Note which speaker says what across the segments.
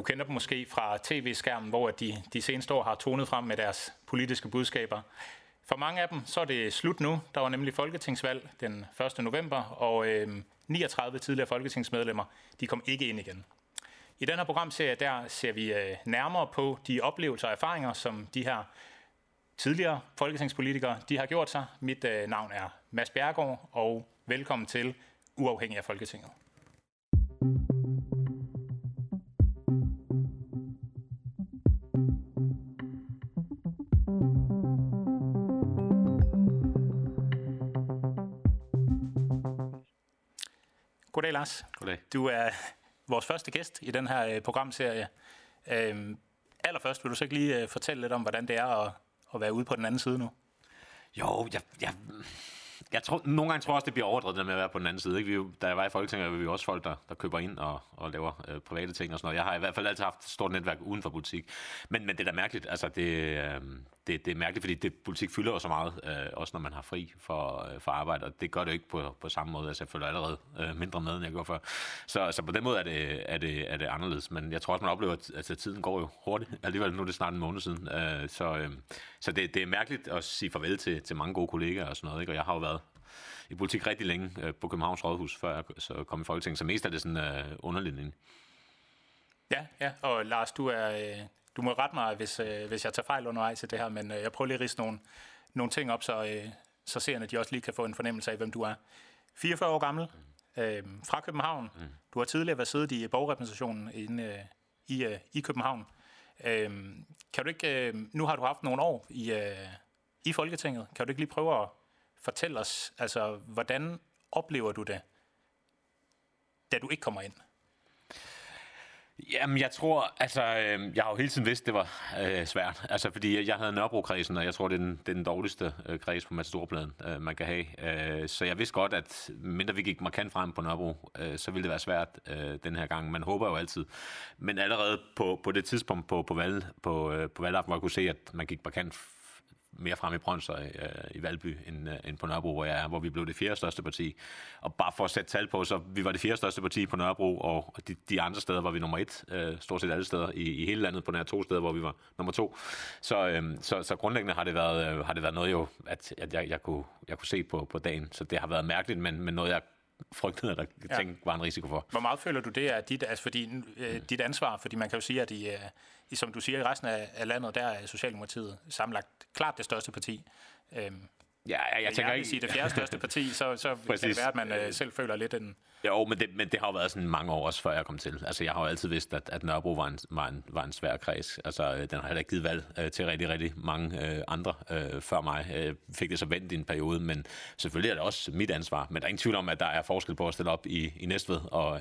Speaker 1: kender dem måske fra tv-skærmen, hvor de seneste år har tonet frem med deres politiske budskaber. For mange af dem så er det slut nu. Der var nemlig folketingsvalg den 1. november, og 39 tidligere folketingsmedlemmer de kom ikke ind igen. I den her programserie der ser vi nærmere på de oplevelser og erfaringer, som de her tidligere folketingspolitikere de har gjort sig. Mit navn er Mads Bjerregaard, og velkommen til Uafhængig af Folketinget. Goddag, Lars.
Speaker 2: Goddag.
Speaker 1: Du er vores første gæst i den her programserie. Allerførst vil du så ikke lige fortælle lidt om, hvordan det er at være ude på den anden side nu?
Speaker 2: Jo, jeg tror, nogle gange tror jeg også, det bliver overdrevet, det med at være på den anden side. Ikke? Da jeg var i Folketinget, var vi også folk, der køber ind og laver private ting og sådan noget. Jeg har i hvert fald altid haft et stort netværk uden for politik. Men det er da mærkeligt. Altså, det er mærkeligt, fordi politik fylder jo så meget, også når man har fri for arbejde, og det gør det ikke på samme måde. Altså, jeg følger allerede mindre med, end jeg gjorde før. Så på den måde er det anderledes. Men jeg tror også, man oplever, at tiden går jo hurtigt. Alligevel nu er det snart en måned siden. Så det er mærkeligt at sige farvel til mange gode kollegaer og sådan noget. Ikke? Og jeg har jo været i politik rigtig længe på Københavns Rådhus, før jeg så kom i Folketinget. Så mest er det sådan underligning.
Speaker 1: Ja, og Lars, du må rette mig, hvis jeg tager fejl undervejs i det her, men jeg prøver lige at ridse nogle ting op, så seerne de også lige kan få en fornemmelse af, hvem du er. 44 år gammel, fra København. Du har tidligere været siddet i borgerrepræsentationen inde i København. Kan du ikke, nu har du haft nogle år i Folketinget. Kan du ikke lige prøve at fortælle os, altså, hvordan oplever du det, da du ikke kommer ind?
Speaker 2: Jamen, jeg tror, altså, jeg har jo hele tiden vidst, det var svært. Altså, fordi jeg havde Nørrebro-kredsen, og jeg tror, det er den dårligste kreds på Matadorpladen, man kan have. Så jeg vidste godt, at mindre vi gik markant frem på Nørrebro, så ville det være svært den her gang. Man håber jo altid. Men allerede på det tidspunkt på valgaften, hvor jeg kunne se, at man gik markant mere frem i Brønshøj i Valby end på Nørrebro, hvor vi blev det 4. største parti. Og bare for at sætte tal på, så vi var det 4. største parti på Nørrebro, og de andre steder var vi nummer 1, stort set alle steder i hele landet, på nær 2 steder, hvor vi var nummer 2. Så grundlæggende har det været noget jo, at jeg kunne se på dagen. Så det har været mærkeligt, men noget jeg frygtede, at der tænkte var en risiko for.
Speaker 1: Hvor meget føler du det er dit ansvar? Fordi man kan jo sige, at som du siger, i resten af landet, der er Socialdemokratiet sammenlagt klart det største parti. Jeg tænker ikke sige det 4. største parti, så kan det være, at man selv føler lidt en...
Speaker 2: Jo, men det har jo været sådan mange år også, før jeg kom til. Altså, jeg har jo altid vidst, at Nørrebro var en svær kreds. Altså, den har heller ikke givet valg til rigtig, rigtig mange andre før mig. Fik det så vendt i en periode, men selvfølgelig er det også mit ansvar. Men der er ingen tvivl om, at der er forskel på at stille op i Næstved og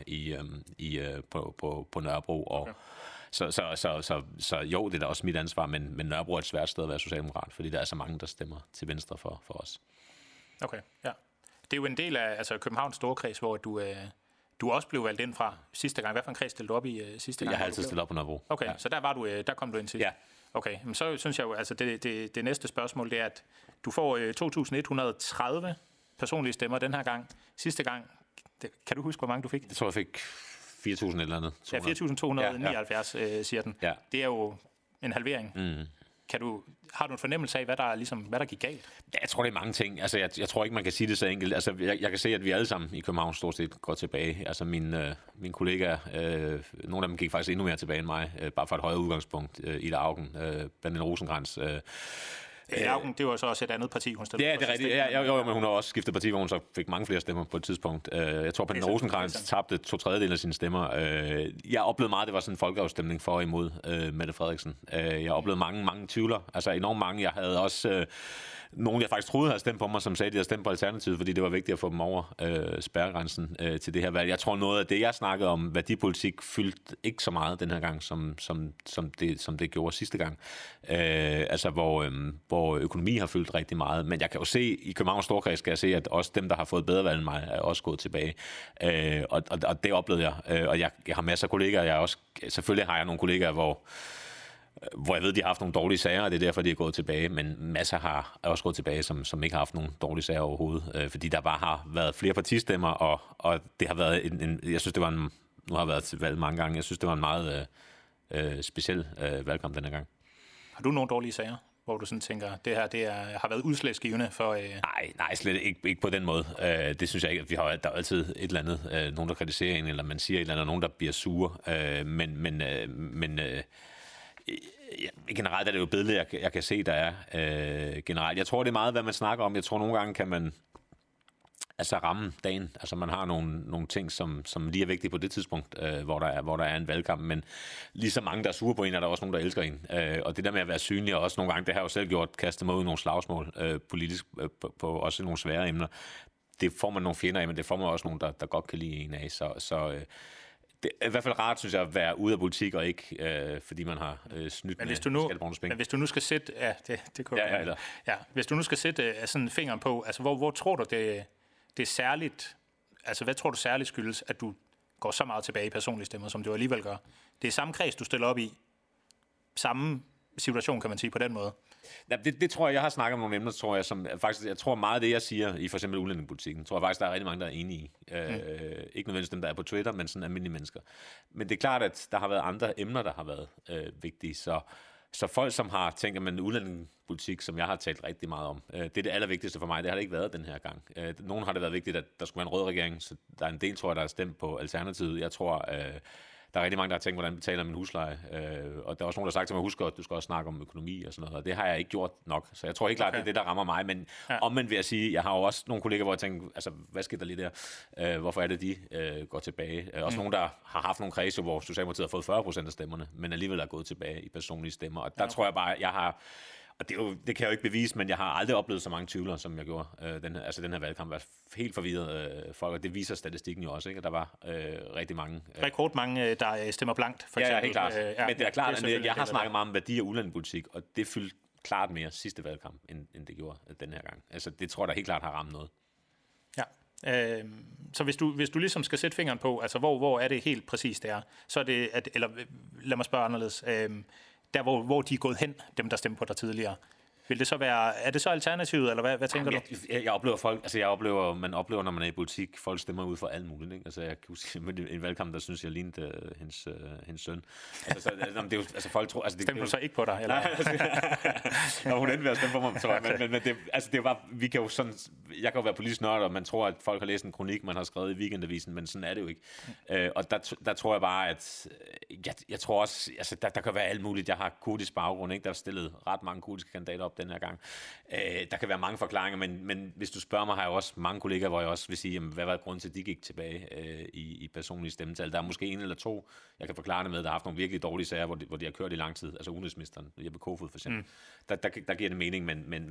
Speaker 2: på Nørrebro. Og, okay. Så jo, det er da også mit ansvar, men Nørrebro er et svært sted at være socialdemokrat, fordi der er så mange, der stemmer til venstre for os.
Speaker 1: Okay, ja. Det er jo en del af Københavns Storkreds, hvor du også blev valgt ind fra sidste gang. Hvad for en kreds stillede du op i sidste gang?
Speaker 2: Jeg har altid stillet op på Nørrebro.
Speaker 1: Okay, ja. Så der kom du ind til.
Speaker 2: Ja.
Speaker 1: Okay, men så synes jeg jo, altså det næste spørgsmål, det er, at du får 2.130 personlige stemmer den her gang. Sidste gang, kan du huske, hvor mange du fik?
Speaker 2: Jeg tror, jeg fik 4.000 eller andet.
Speaker 1: 4.279 siger den. Ja. Det er jo en halvering. Har du en fornemmelse af, hvad der gik galt?
Speaker 2: Ja, jeg tror, det er mange ting. Altså, jeg tror ikke, man kan sige det så enkelt. Altså, jeg kan se, at vi alle sammen i København stort set går tilbage. Altså, mine kollegaer, nogle af dem gik faktisk endnu mere tilbage end mig, bare for et højere udgangspunkt. Ida Auken, Pernille Rosenkrantz.
Speaker 1: Auken, det var så også et andet parti, hun stillede.
Speaker 2: Ja, det er rigtigt. Ja, men hun har også skiftet parti, hvor hun så fik mange flere stemmer på et tidspunkt. Jeg tror, Pernille Rosenkrantz tabte 2/3 af sine stemmer. Jeg oplevede meget, det var sådan en folkeafstemning for og imod Mette Frederiksen. Jeg oplevede mange tvivler. Altså enormt mange. Jeg havde også nogen, jeg faktisk troede havde stemt på mig, som sagde, at de havde stemt på Alternativet, fordi det var vigtigt at få dem over spærregrænsen til det her valg. Jeg tror, noget af det, jeg snakkede om, værdipolitik fyldte ikke så meget den her gang, som det gjorde sidste gang. Altså, hvor økonomi har fyldt rigtig meget. Men jeg kan jo se, i Københavns Storkreds skal jeg se, at også dem, der har fået bedre valg end mig, er også gået tilbage. Og det oplevede jeg. Og jeg har masser af kollegaer. Selvfølgelig har jeg nogle kollegaer, hvor jeg ved, de har haft nogle dårlige sager, og det er derfor, de er gået tilbage. Men masser har også gået tilbage, som ikke har haft nogle dårlige sager overhovedet. Fordi der bare har været flere partistemmer, og det har været jeg synes, det var nu har jeg været til valg mange gange. Jeg synes, det var en meget speciel valgkamp denne gang.
Speaker 1: Har du nogle dårlige sager, hvor du sådan tænker, det her har været udslagsgivende for...
Speaker 2: Nej, slet ikke på den måde. Det synes jeg ikke. Der er altid et eller andet, nogen der kritiserer en, eller man siger et eller andet, nogen der bliver sure. Men generelt er det jo billede, jeg kan se, der er generelt. Jeg tror, det er meget, hvad man snakker om. Jeg tror, nogle gange kan man ramme dagen. Altså man har nogle ting, som lige er vigtige på det tidspunkt, hvor der er en valgkamp, men lige så mange, der er sure på en, er der også nogen, der elsker en. Og det der med at være synlig, og også nogle gange, det har jeg jo selv gjort, kastet mig ud i nogle slagsmål politisk, på også nogle svære emner. Det får man nogle fjender af, men det får man også nogen, der godt kan lide en af. Så det er i hvert fald rart, synes jeg, at være ude af politik, og ikke fordi man har snydt med skatteborgernes penge.
Speaker 1: Men hvis du nu skal sætte... Ja, det kunne ja, hvis du nu skal sætte sådan fingeren på, altså hvor tror du, det er særligt... Altså, hvad tror du særligt skyldes, at du går så meget tilbage i personlige stemmer, som du alligevel gør? Det er samme kreds, du stiller op i. Samme situation, kan man sige, på den måde.
Speaker 2: Ja, det tror jeg har snakket om nogle emner, tror jeg, som faktisk, jeg tror meget af det, jeg siger i for eksempel udlændingepolitikken, tror jeg faktisk, der er rigtig mange, der er enige i. Ikke nødvendigvis dem, der er på Twitter, men sådan almindelige mennesker. Men det er klart, at der har været andre emner, der har været vigtige, så folk, som har tænkt, at udlændingepolitik, som jeg har talt rigtig meget om, det er det allervigtigste for mig. Det har det ikke været den her gang. Nogen har det været vigtigt, at der skulle være en rød regering, så der er en del, tror jeg, der er stemt på Alternativet. Jeg tror, der er rigtig mange, der har tænkt, hvordan betaler min husleje. Og der er også nogen, der har sagt til mig, husk at du skal også snakke om økonomi og sådan noget. Og det har jeg ikke gjort nok. Så jeg tror helt klart, det er det, der rammer mig. Men omvendt vil jeg sige, jeg har jo også nogle kolleger, hvor jeg tænker, altså, hvad sker der lige der? Hvorfor er det, de går tilbage? Også nogen, der har haft nogle kredse, hvor Socialdemokratiet har fået 40% af stemmerne, men alligevel er gået tilbage i personlige stemmer. Og der tror jeg bare, jeg har... Og det kan jeg jo ikke bevise, men jeg har aldrig oplevet så mange tvivlere, som jeg gjorde. Den her valgkamp var helt forvirret folk, og det viser statistikken jo også, ikke? At der var rigtig mange...
Speaker 1: Rekordmange, der stemmer blankt, for eksempel.
Speaker 2: Ja, helt klart. Men det er klart, at jeg har snakket meget om værdi og udlændingepolitik, og det fyldte klart mere sidste valgkamp, end det gjorde den her gang. Altså, det tror jeg da helt klart har ramt noget.
Speaker 1: Ja. Så hvis du ligesom skal sætte fingeren på, altså hvor er det helt præcis det er, så er det, eller lad mig spørge anderledes... der hvor de er gået hen, dem der stemte på dig tidligere. Vil det så være, er det så alternativet, eller hvad tænker du?
Speaker 2: Jeg oplever folk, altså man oplever, når man er i politik, folk stemmer ud for alt muligt, ikke? Altså jeg kan huske, med en valgkamp, der synes jeg lignede hendes søn. Altså, det er jo, altså folk tror... Altså,
Speaker 1: stemte du så ikke på dig, eller?
Speaker 2: Nej, hun endte ved at stemme på mig, tror jeg. Men det, altså det er jo bare, vi kan jo sådan... Jeg kan jo være politisk nørd, og man tror, at folk har læst en kronik, man har skrevet i Weekendavisen, men sådan er det jo ikke. Og der tror jeg bare, at... Jeg tror også, altså der kan være alt muligt. Jeg har kurdisk baggrund, ikke? Der er stillet ret mange kurdiske kandidater op den her gang. Der kan være mange forklaringer, men hvis du spørger mig, har jeg også mange kolleger, hvor jeg også vil sige, jamen, hvad var grunden til, at de gik tilbage i personlige stemmetal. Der er måske en eller to, jeg kan forklare det med, der har haft nogle virkelig dårlige sager, hvor de har kørt i lang tid. Altså udenrigsministeren, Jeppe Kofod for eksempel. Der giver det mening,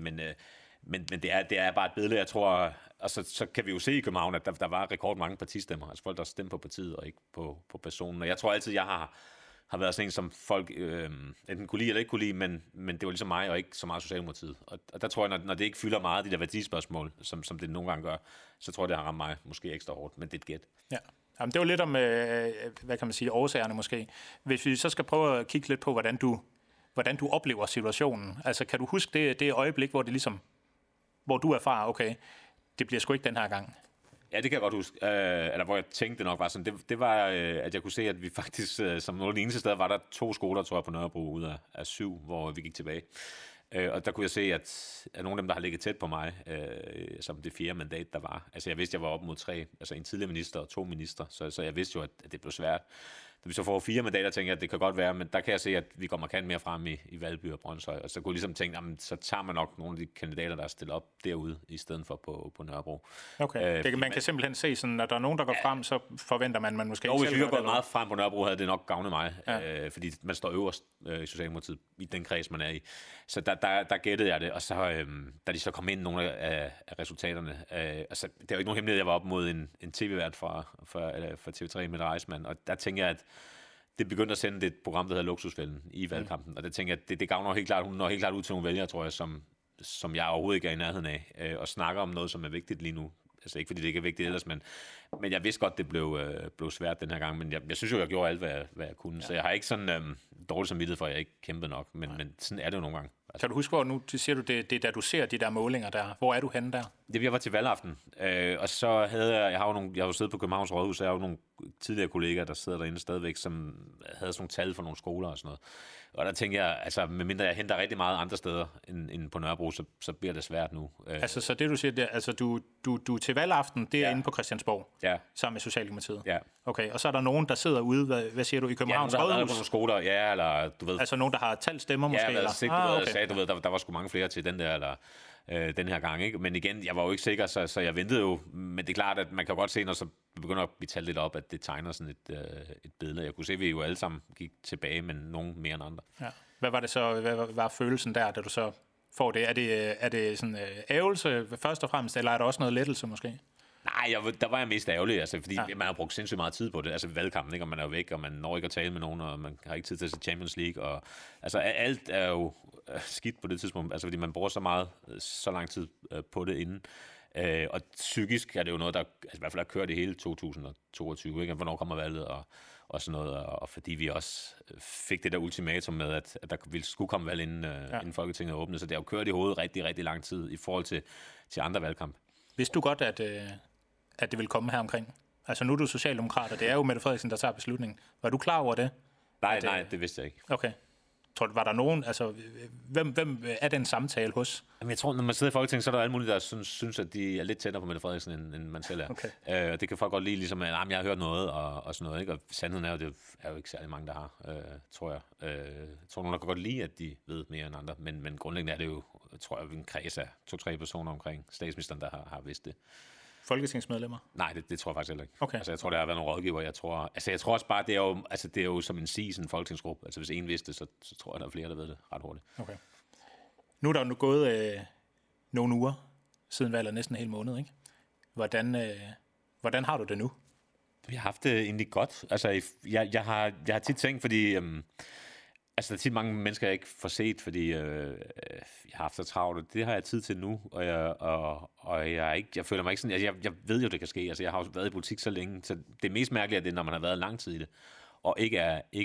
Speaker 2: men det er bare et billede, jeg tror, og så kan vi jo se i København, at der var rekordmange partistemmer, altså folk, der stemte på partiet og ikke på personen. Og jeg tror altid, jeg har været sådan en, som folk enten kunne lide eller ikke kunne lide, men det var ligesom mig, og ikke så meget Socialdemokratiet. Og der tror jeg, når det ikke fylder meget, de der værdispørgsmål, som det nogle gange gør, så tror jeg, det har ramt mig måske ekstra hårdt, men det er et gæt. Ja.
Speaker 1: Jamen, det var lidt om, hvad kan man sige, årsagerne måske. Hvis vi så skal prøve at kigge lidt på, hvordan du oplever situationen. Altså, kan du huske det øjeblik, hvor det ligesom, hvor du erfarer, okay, det bliver sgu ikke den her gang?
Speaker 2: Ja, det kan jeg godt huske. Eller hvor jeg tænkte nok var sådan, det var, at jeg kunne se, at vi faktisk, som nogle af de eneste steder, var der 2 skoler, tror jeg, på Nørrebro ud af 7, hvor vi gik tilbage. Og der kunne jeg se, at nogle af dem, der har ligget tæt på mig, som det 4. mandat, der var. Altså jeg vidste, jeg var op mod 3, altså en tidligere minister og 2 minister, så jeg vidste jo, at det blev svært. Da vi så får 4 mandater, tænker jeg, at det kan godt være, men der kan jeg se, at vi går markant mere frem i Valby og Brønshøj, og så kunne jeg ligesom tænke, jamen, så tager man nok nogle af de kandidater, der er stillet op derude, i stedet for på Nørrebro.
Speaker 1: Okay, man kan simpelthen se sådan, at der er nogen, der går frem, så forventer man måske ikke selv.
Speaker 2: Hvis vi var gået meget frem på Nørrebro, havde det nok gavnet mig, fordi man står øverst i Socialdemokratiet, i den kreds, man er i. Så der gættede jeg det, og så, da de så kom ind nogle af resultaterne, altså, det er jo ikke nogen hemmelighed, jeg var op mod en tv-vært fra TV3, Mette Reisman, og der tænker jeg, at det begyndte at sende et program, der hedder Luksusfælden i valgkampen, og det tænker jeg, at det gavner helt klart, hun når helt klart ud til nogle vælgere, tror jeg, som jeg overhovedet ikke er i nærheden af, og snakker om noget, som er vigtigt lige nu. Altså ikke fordi det ikke er vigtigt ellers, men jeg vidste godt, det blev svært den her gang, men jeg synes jo, jeg gjorde alt, hvad jeg kunne, så jeg har ikke sådan dårlig samvittighed for, at jeg ikke kæmpede nok, men sådan er det jo nogle gange. Altså.
Speaker 1: Kan du huske, hvor nu siger du, det er da du ser de der målinger der, hvor er du henne der?
Speaker 2: Jeg var til valgaften, og så havde jeg har jo siddet på Københavns Rådhus, så jeg har jo nogle tidligere kollegaer, der sidder derinde stadigvæk, som havde sådan nogle tal for nogle skoler og sådan noget. Og der tænker jeg, altså medmindre jeg henter rigtig meget andre steder end på Nørrebro, så bliver det svært nu.
Speaker 1: Altså så det du siger, det er, altså du til valgaften, det er inde på Christiansborg, sammen med Socialdemokratiet.
Speaker 2: Ja.
Speaker 1: Okay, og så er der nogen, der sidder ude, hvad siger du, i Københavns Rådhus?
Speaker 2: Ja, nogen, der har været på nogle skoler, eller du ved.
Speaker 1: Altså nogen, der har talt stemmer måske?
Speaker 2: Ja, der var sgu mange flere til den der, eller den her gang, ikke? Men igen, jeg var jo ikke sikker, så jeg ventede jo. Men det er klart, at man kan godt se, når så begynder at blive talt lidt op, at det tegner sådan et billede. Jeg kunne se, at vi jo alle sammen gik tilbage, men nogen mere end andre.
Speaker 1: Ja. Hvad var det så? Hvad var følelsen der, da du så får det? Er det sådan ærgelse først og fremmest, eller er der også noget lettelse måske?
Speaker 2: Nej, der var jeg mest ærgerlig, altså, fordi man har brugt sindssygt meget tid på det. Altså valgkampen, ikke? Og man er jo væk, og man når ikke at tale med nogen, og man har ikke tid til at se Champions League. Og, altså alt er jo skidt på det tidspunkt, altså fordi man bruger så lang tid på det inden. Og psykisk er det jo noget, der altså, i hvert fald har kørt i hele 2022, ikke? Hvornår kommer valget og sådan noget, og fordi vi også fik det der ultimatum med, at der skulle komme valg inden Folketinget åbnede, så det har jo kørt i hovedet rigtig, rigtig lang tid i forhold til andre valgkampe.
Speaker 1: Vidste du godt, at det ville komme her omkring? Altså nu er du socialdemokrat, og det er jo Mette Frederiksen, der tager beslutningen. Var du klar over det?
Speaker 2: Nej, det vidste jeg ikke.
Speaker 1: Okay. Tror du, var der nogen, altså hvem er den samtale hos?
Speaker 2: Jamen, jeg tror, når man sidder i Folketinget, så er der alle mulige, der synes, at de er lidt tættere på Mette Frederiksen, end man selv er.
Speaker 1: Okay.
Speaker 2: Og det kan folk godt lide, ligesom, at jeg har hørt noget og sådan noget, ikke? Og sandheden er jo, det er jo ikke særlig mange, der har, tror jeg. Jeg tror, nogen der kan godt lide, at de ved mere end andre, men grundlæggende er det jo, tror jeg, en kreds af 2-3 personer omkring statsministeren, der har vidst det.
Speaker 1: Folketingsmedlemmer?
Speaker 2: Nej, det tror jeg faktisk heller ikke.
Speaker 1: Okay.
Speaker 2: Altså, jeg tror, der har været nogle rådgiver. Jeg tror også bare, det er jo som en sådan en folketingsgruppe. Altså, hvis en vidste det, så tror jeg, der er flere, der ved det ret hurtigt.
Speaker 1: Okay. Nu er der jo gået nogle uger siden valget, næsten en hel måned, ikke? Hvordan har du det nu?
Speaker 2: Jeg har haft det egentlig godt. Altså, jeg har tit tænkt, fordi altså, der er tit mange mennesker, jeg ikke får set, fordi jeg har haft så travlt. Det har jeg tid til nu, og jeg føler mig ikke sådan. Altså, jeg ved jo, det kan ske. Altså, jeg har jo været i politik så længe, så det mest mærkelige er det, når man har været lang tid i det, og ikke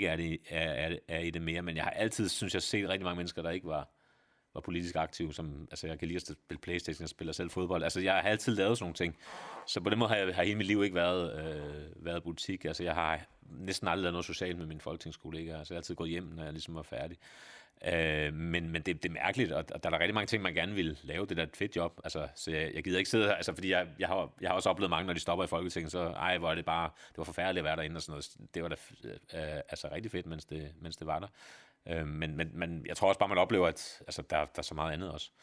Speaker 2: er i det mere. Men jeg har altid, synes jeg, set rigtig mange mennesker, der ikke var politisk aktive, som, altså jeg kan lide at spille PlayStation, jeg spiller selv fodbold. Altså jeg har altid lavet sådan nogle ting. Så på den måde har hele mit liv ikke været politik. Altså jeg har næsten aldrig lavet noget socialt med mine folketingskollegaer. Altså jeg har altid gået hjem, når jeg ligesom var færdig. Men det er mærkeligt, og der er der rigtig mange ting, man gerne vil lave. Det er et fedt job. Altså, så jeg gider ikke sidde her, altså, fordi jeg har også oplevet mange, når de stopper i Folketinget, så hvor er det bare, det var forfærdeligt at være derinde og sådan noget. Det var da altså rigtig fedt, mens det var der. Men jeg tror også bare, man oplever, at altså, der er så meget andet også.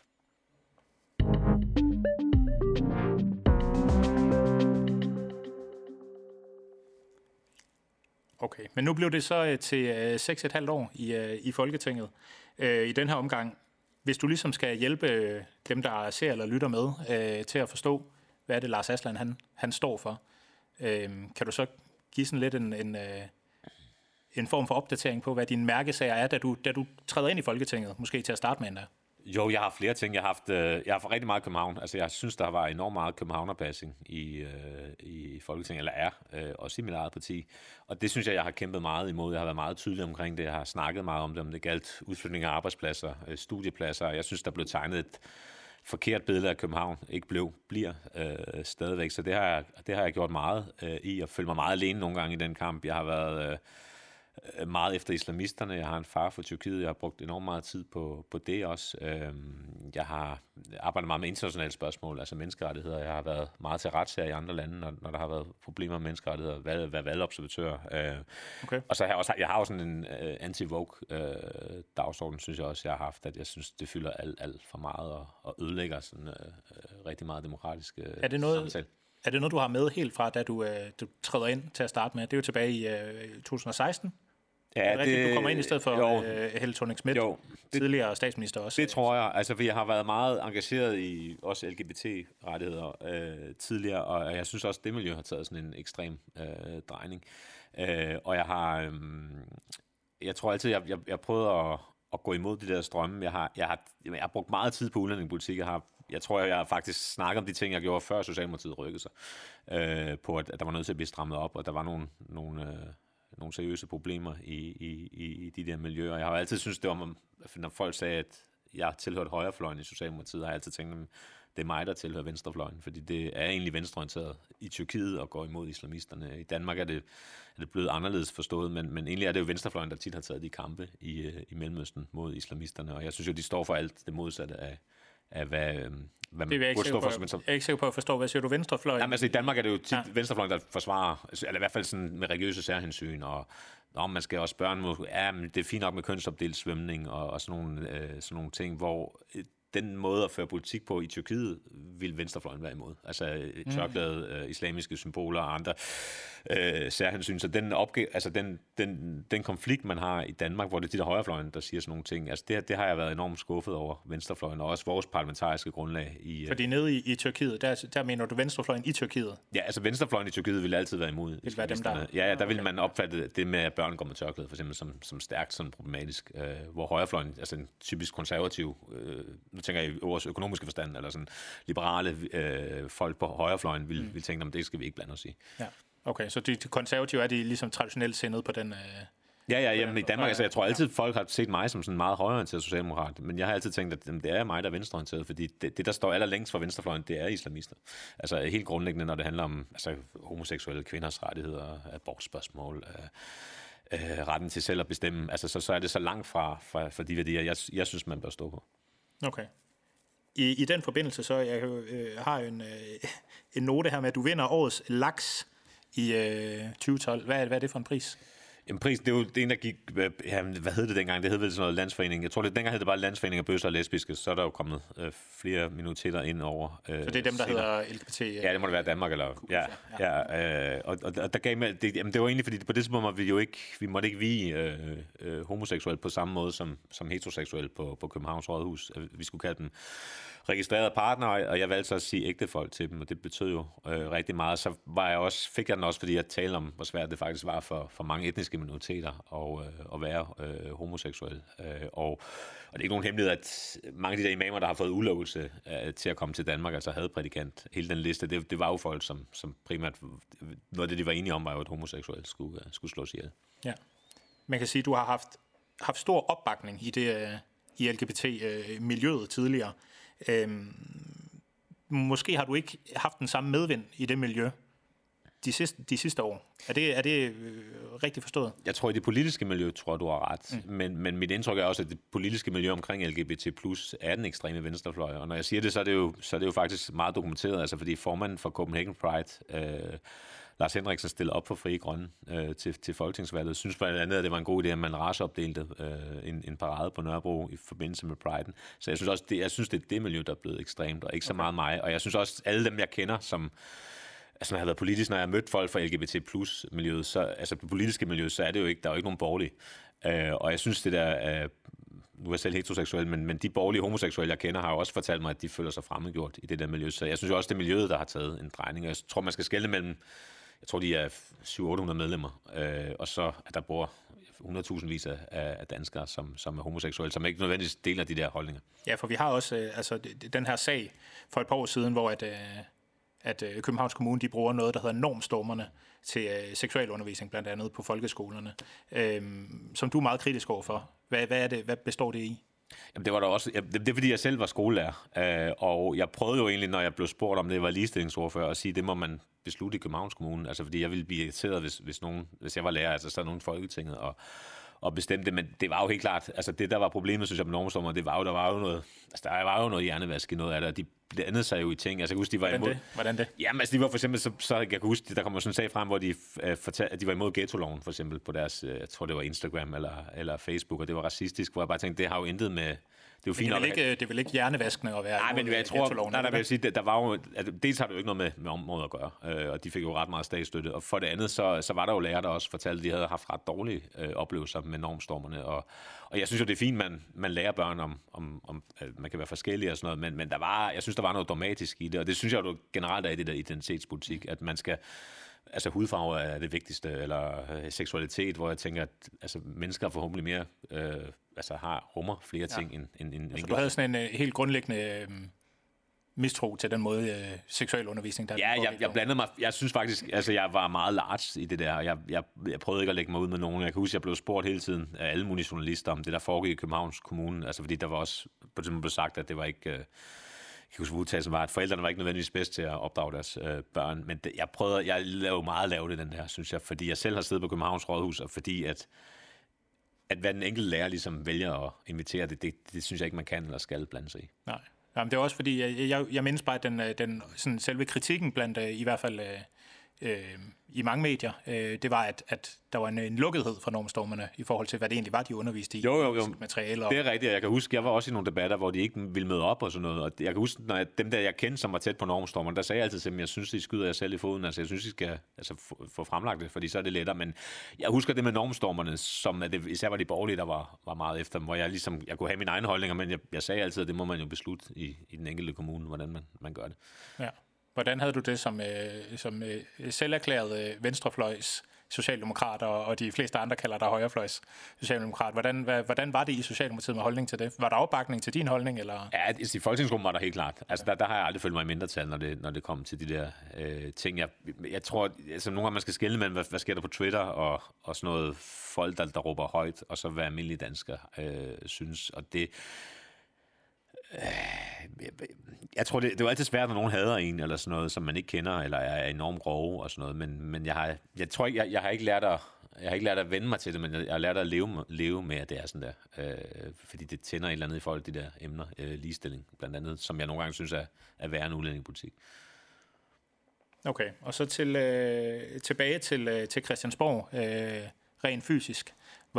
Speaker 1: Okay, men nu blev det så til 6,5 år i Folketinget i den her omgang. Hvis du ligesom skal hjælpe dem, der ser eller lytter med, til at forstå, hvad er det Lars Aslan han står for, kan du så give sådan lidt en form for opdatering på, hvad dine mærkesager er, da du træder ind i Folketinget, måske til at starte med endda?
Speaker 2: Jo, jeg har flere ting. Jeg har haft rigtig meget København. Altså, jeg synes, der var enormt meget københavnerpassing i Folketinget, eller også i mit eget parti. Og det synes jeg har kæmpet meget imod. Jeg har været meget tydelig omkring det. Jeg har snakket meget om det, om det galt udflytning af arbejdspladser, studiepladser. Jeg synes, der blev tegnet et forkert billede af København. Bliver stadigvæk. Så det har jeg gjort meget i, og følt mig meget alene nogle gange i den kamp. Jeg har været meget efter islamisterne. Jeg har en far fra Tyrkiet. Jeg har brugt enormt meget tid på det også. Jeg har arbejdet meget med internationale spørgsmål, altså menneskerettigheder. Jeg har været meget til retssager i andre lande, når der har været problemer med menneskerettigheder, hvad valgobservatør.
Speaker 1: Okay.
Speaker 2: Og så har jeg også sådan en anti-woke dagsorden, synes jeg også, jeg har haft, at jeg synes, det fylder alt for meget og ødelægger sådan rigtig meget demokratisk samtale.
Speaker 1: Er det noget, du har med helt fra, da du træder ind til at starte med? Det er jo tilbage i 2016. Ja, er det rigtigt, du kommer ind i stedet for Helle Thorning-Schmidt, tidligere statsminister også?
Speaker 2: Det tror jeg. Altså, for jeg har været meget engageret i også LGBT-rettigheder tidligere, og jeg synes også, at det miljø har taget sådan en ekstrem drejning. Og jeg tror altid, jeg prøvede at gå imod de der strømme. Jeg har brugt meget tid på udlændingepolitik. Jeg tror, jeg har faktisk snakket om de ting, jeg gjorde før Socialdemokratiet rykkede sig, på at der var nødt til at blive strammet op, og der var nogle seriøse problemer i de der miljøer. Jeg har altid syntes, det var, når folk sagde, at jeg tilhørte højrefløjen i Socialdemokratiet, har jeg altid tænkt, det er mig, der tilhører venstrefløjen, fordi det er egentlig venstreorienteret i Tyrkiet og går imod islamisterne. I Danmark er det blevet anderledes forstået, men egentlig er det jo venstrefløjen, der tit har taget de kampe i Mellemøsten mod islamisterne, og jeg synes jo, de står for alt det modsatte af hvad man burde stå for.
Speaker 1: Jeg er ikke sikker på at forstå, hvad siger du, venstrefløjen?
Speaker 2: Jamen altså i Danmark er det jo tit venstrefløjen, der forsvarer, eller i hvert fald sådan med religiøse særhensyn, og man skal også børn mod, men det er fint nok med kønsopdelt svømning og sådan nogle ting, hvor den måde at føre politik på i Tyrkiet vil venstrefløjen være imod. Altså tørklæde, islamiske symboler og andre særhensyn. Så den konflikt, man har i Danmark, hvor det er de der højrefløjen, der siger sådan nogle ting, altså det har jeg været enormt skuffet over venstrefløjen, og også vores parlamentariske grundlag.
Speaker 1: Fordi nede i Tyrkiet, der mener du venstrefløjen i Tyrkiet?
Speaker 2: Ja, altså venstrefløjen i Tyrkiet vil altid være imod.
Speaker 1: Vil være dem, der...
Speaker 2: Ja, der vil man opfatte det med, at børn går med tørklæde, for eksempel, som stærkt sådan problematisk. Hvor højrefløjen, altså en typisk konservativ, nu tænker jeg i vores økonomiske forstand, eller sådan liberale folk på højrefløjen vil tænke, at det skal vi ikke blande os i.
Speaker 1: Ja. Okay, så de konservative er de ligesom traditionelt sindet på den...
Speaker 2: Jamen i Danmark, altså jeg tror altid, folk har set mig som sådan en meget højreorienteret socialdemokrat, men jeg har altid tænkt, at det er mig, der er venstreorienteret, fordi det der står allerlængst fra venstrefløjen, det er islamister. Altså helt grundlæggende, når det handler om homoseksuelle kvinders rettigheder, abortspørgsmål, retten til selv at bestemme, altså så er det så langt fra de værdier, jeg synes, man bør stå på.
Speaker 1: Okay. I den forbindelse, så jeg har jo en note her med, at du vinder årets laks i 2012. Hvad er det for en pris?
Speaker 2: Jamen pris, det er jo det en, der gik... hvad hed det dengang? Det hed vel sådan noget landsforening. Jeg tror, dengang hed det bare Landsforening af bøsser og lesbiske. Så er der jo kommet flere minoriteter ind over...
Speaker 1: så det er dem, der hedder LGBT?
Speaker 2: Ja, det må det være Danmark, eller... Og der gav mig... Det var egentlig, fordi på det tidspunkt vi måtte ikke vie homoseksuelle på samme måde som heteroseksuelle på Københavns Rådhus. Vi skulle kalde dem registrerede partnere, og jeg valgte så at sige ægtefolk til dem, og det betød jo rigtig meget. Så fik jeg den også, fordi jeg talte om, hvor svært det faktisk var for mange etniske minoriteter at være homoseksuel. Og det er ikke nogen hemmelighed, at mange af de der imamer, der har fået udelukkelse til at komme til Danmark, altså havde prædikant, hele den liste, det var jo folk, som primært, noget af det, de var enige om, var jo, at homoseksuelle skulle slås ihjel.
Speaker 1: Ja. Man kan sige, at du har haft stor opbakning i LGBT-miljøet tidligere. Måske har du ikke haft den samme medvind i det miljø de sidste år. Er det rigtigt forstået? Jeg
Speaker 2: tror, i det politiske miljø, tror du har ret. Men mit indtryk er også, at det politiske miljø omkring LGBT+ er den ekstreme venstrefløj. Og når jeg siger det, så er det jo faktisk meget dokumenteret. Altså fordi formanden for Copenhagen Pride, Lars Henriksen, stillede op for Frie Grønne til folketingsvalget. Synes blandt andet, at det var en god idé, at man raceopdelte en parade på Nørrebro i forbindelse med Priden. Så jeg synes også, det er det miljø, der er blevet ekstremt, og ikke så meget mig. Og jeg synes også, alle dem, jeg kender, som jeg har været politisk, når jeg har mødt folk fra LGBT+-miljøet, så altså det politiske miljø, så er det jo ikke, der er jo ikke nogen borgerlige. Og jeg synes, det der... Nu er jeg selv heteroseksuel, men de borgerlige homoseksuelle, jeg kender, har jo også fortalt mig, at de føler sig fremmedgjort i det der miljø. Så jeg synes også, det er miljøet, der har taget en drejning. Jeg tror, man skal skelne mellem... Jeg tror, de er 700-800 medlemmer, og så at der bor 100.000 vis af danskere, som er homoseksuelle, som ikke nødvendigvis deler de der holdninger.
Speaker 1: Ja, for vi har også den her sag for et par år siden, hvor at Københavns Kommune, de bruger noget, der hedder normstormerne til seksualundervisning, blandt andet på folkeskolerne, som du er meget kritisk overfor. Hvad består det i?
Speaker 2: Jamen, det var der også. Det er fordi, jeg selv var skolelærer, og jeg prøvede jo egentlig, når jeg blev spurgt om det, var ligestillingsordfører, at sige, det må man beslutte i Københavns Kommune, altså fordi jeg ville blive irriteret, hvis jeg var lærer, altså så er nogen i Folketinget og bestemte det, men det var jo helt klart, altså det der var problemet, synes jeg, med normstormer, det var jo, der var jo noget hjernevask i noget af det, og de blandede sig jo i ting, altså jeg kan huske, de var imod...
Speaker 1: Hvordan det?
Speaker 2: Jamen altså de var for eksempel, så jeg kan huske, der kom sådan en sag frem, hvor de fortalte, at de var imod ghettoloven, for eksempel på deres, jeg tror det var Instagram eller Facebook, og det var racistisk, hvor jeg bare tænkte, det har jo intet med...
Speaker 1: Det er vel ikke hjernevaskende at være...
Speaker 2: Nej, men jeg tror... Nej, vil sige, der var jo... Altså, dels har det jo ikke noget med området at gøre, og de fik jo ret meget statsstøtte. Og for det andet, så var der jo lærere, der også fortalte, at de havde haft ret dårlige oplevelser med normstormerne. Og jeg synes jo, det er fint, man lærer børn om at man kan være forskellige og sådan noget, men jeg synes, der var noget dogmatisk i det, og det synes jeg jo generelt er i det der identitetspolitik, at man skal... Altså hudfarve er det vigtigste, eller seksualitet, hvor jeg tænker, at altså, mennesker forhåbentlig mere rummer flere ting end
Speaker 1: altså, du havde sådan en helt grundlæggende mistro til den måde seksuel undervisning, der...
Speaker 2: Ja, jeg blandede mig... Jeg synes faktisk, altså jeg var meget large i det der, og jeg prøvede ikke at lægge mig ud med nogen. Jeg kan huske, jeg blev spurgt hele tiden af alle mulige journalister om det, der foregik i Københavns Kommune, altså fordi der var også på det blev sagt, at det var ikke... huske udtalelsen var, at forældrene var ikke nødvendigvis bedst til at opdrage deres børn, men jeg lavede meget lavt i den der, synes jeg, fordi jeg selv har siddet på Københavns Rådhus, og fordi at hvad den enkelte lærer ligesom vælger at invitere, det synes jeg ikke, man kan eller skal blande sig i.
Speaker 1: Nej. Jamen, det er også fordi, jeg mindes bare, at den sådan selve kritikken blandt i hvert fald i mange medier, det var, at der var en lukkethed fra normstormerne i forhold til, hvad det egentlig var, de underviste i.
Speaker 2: Jo.
Speaker 1: Materialer.
Speaker 2: Det er rigtigt. Jeg kan huske, jeg var også i nogle debatter, hvor de ikke ville møde op og sådan noget. Og jeg kan huske, når dem der, jeg kendte, som var tæt på normstormerne, der sagde jeg altid til dem, jeg synes, I skyder jer selv i foden. Altså, jeg synes, I skal få fremlagt det, fordi så er det lettere. Men jeg husker det med normstormerne, som at det, især var de borgerlige, der var meget efter dem, hvor jeg kunne have mine egne holdninger, men jeg sagde altid, at det må man jo beslutte i den enkelte kommune, hvordan man gør det.
Speaker 1: Ja. Hvordan havde du det som selverklæret venstrefløjs socialdemokrat, og de fleste andre kalder dig højrefløjs socialdemokrat? Hvordan var det i Socialdemokratiet med holdning til det? Var der opbakning til din holdning? Eller?
Speaker 2: Ja, i folketingsgruppen var der helt klart. Altså, der har jeg aldrig følt mig i mindretal, når det kom til de der ting. Jeg tror, altså, nogle gange man skal skelne mellem, hvad sker der på Twitter, og sådan noget folk, der råber højt, og så hvad almindelige danskere synes. Og det... Jeg tror, det er jo altid svært, når nogen hader en, eller sådan noget, som man ikke kender, eller er enormt grove, og sådan noget, men jeg tror ikke, jeg har ikke lært at vende mig til det, men jeg har lært at leve med, at det er sådan der, fordi det tænder et eller andet i forhold til de der emner, ligestilling, blandt andet, som jeg nogle gange synes er værre end udlændingepolitik.
Speaker 1: Okay, og så tilbage til Christiansborg, rent fysisk.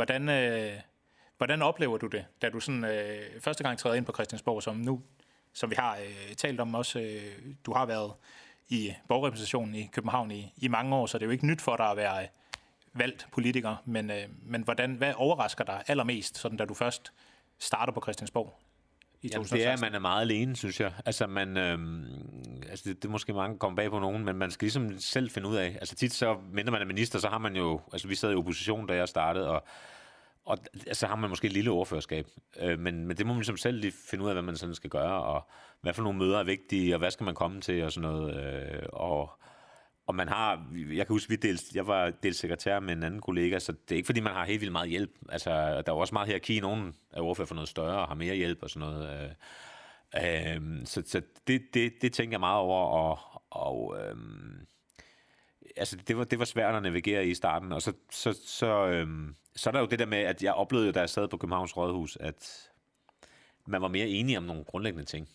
Speaker 1: Hvordan oplever du det, da du sådan første gang træder ind på Christiansborg, som vi har talt om også, du har været i borgerrepræsentationen i København i mange år, så det er jo ikke nyt for dig at være valgt politiker, men hvad overrasker dig allermest, sådan, da du først starter på Christiansborg i 2016?
Speaker 2: Det er, at man er meget alene, synes jeg. Altså, det er måske mange kommer bag på nogen, men man skal ligesom selv finde ud af. Altså tit så, mindre man er minister, så har man jo, altså vi sad i opposition, da jeg startede, og så har man måske et lille ordførerskab, men det må man ligesom selv lige finde ud af, hvad man sådan skal gøre, og hvad for nogle møder er vigtige, og hvad skal man komme til, og sådan noget. Og man har, jeg kan huske, jeg var delt sekretær med en anden kollega, så det er ikke fordi, man har helt vildt meget hjælp. Altså, der er også meget hierarki, nogen er ordfører for noget større, og har mere hjælp og sådan noget. Så det tænker jeg meget over, og altså, det var svært at navigere i starten, og så er der jo det der med, at jeg oplevede, da jeg sad på Københavns Rådhus, at man var mere enige om nogle grundlæggende ting.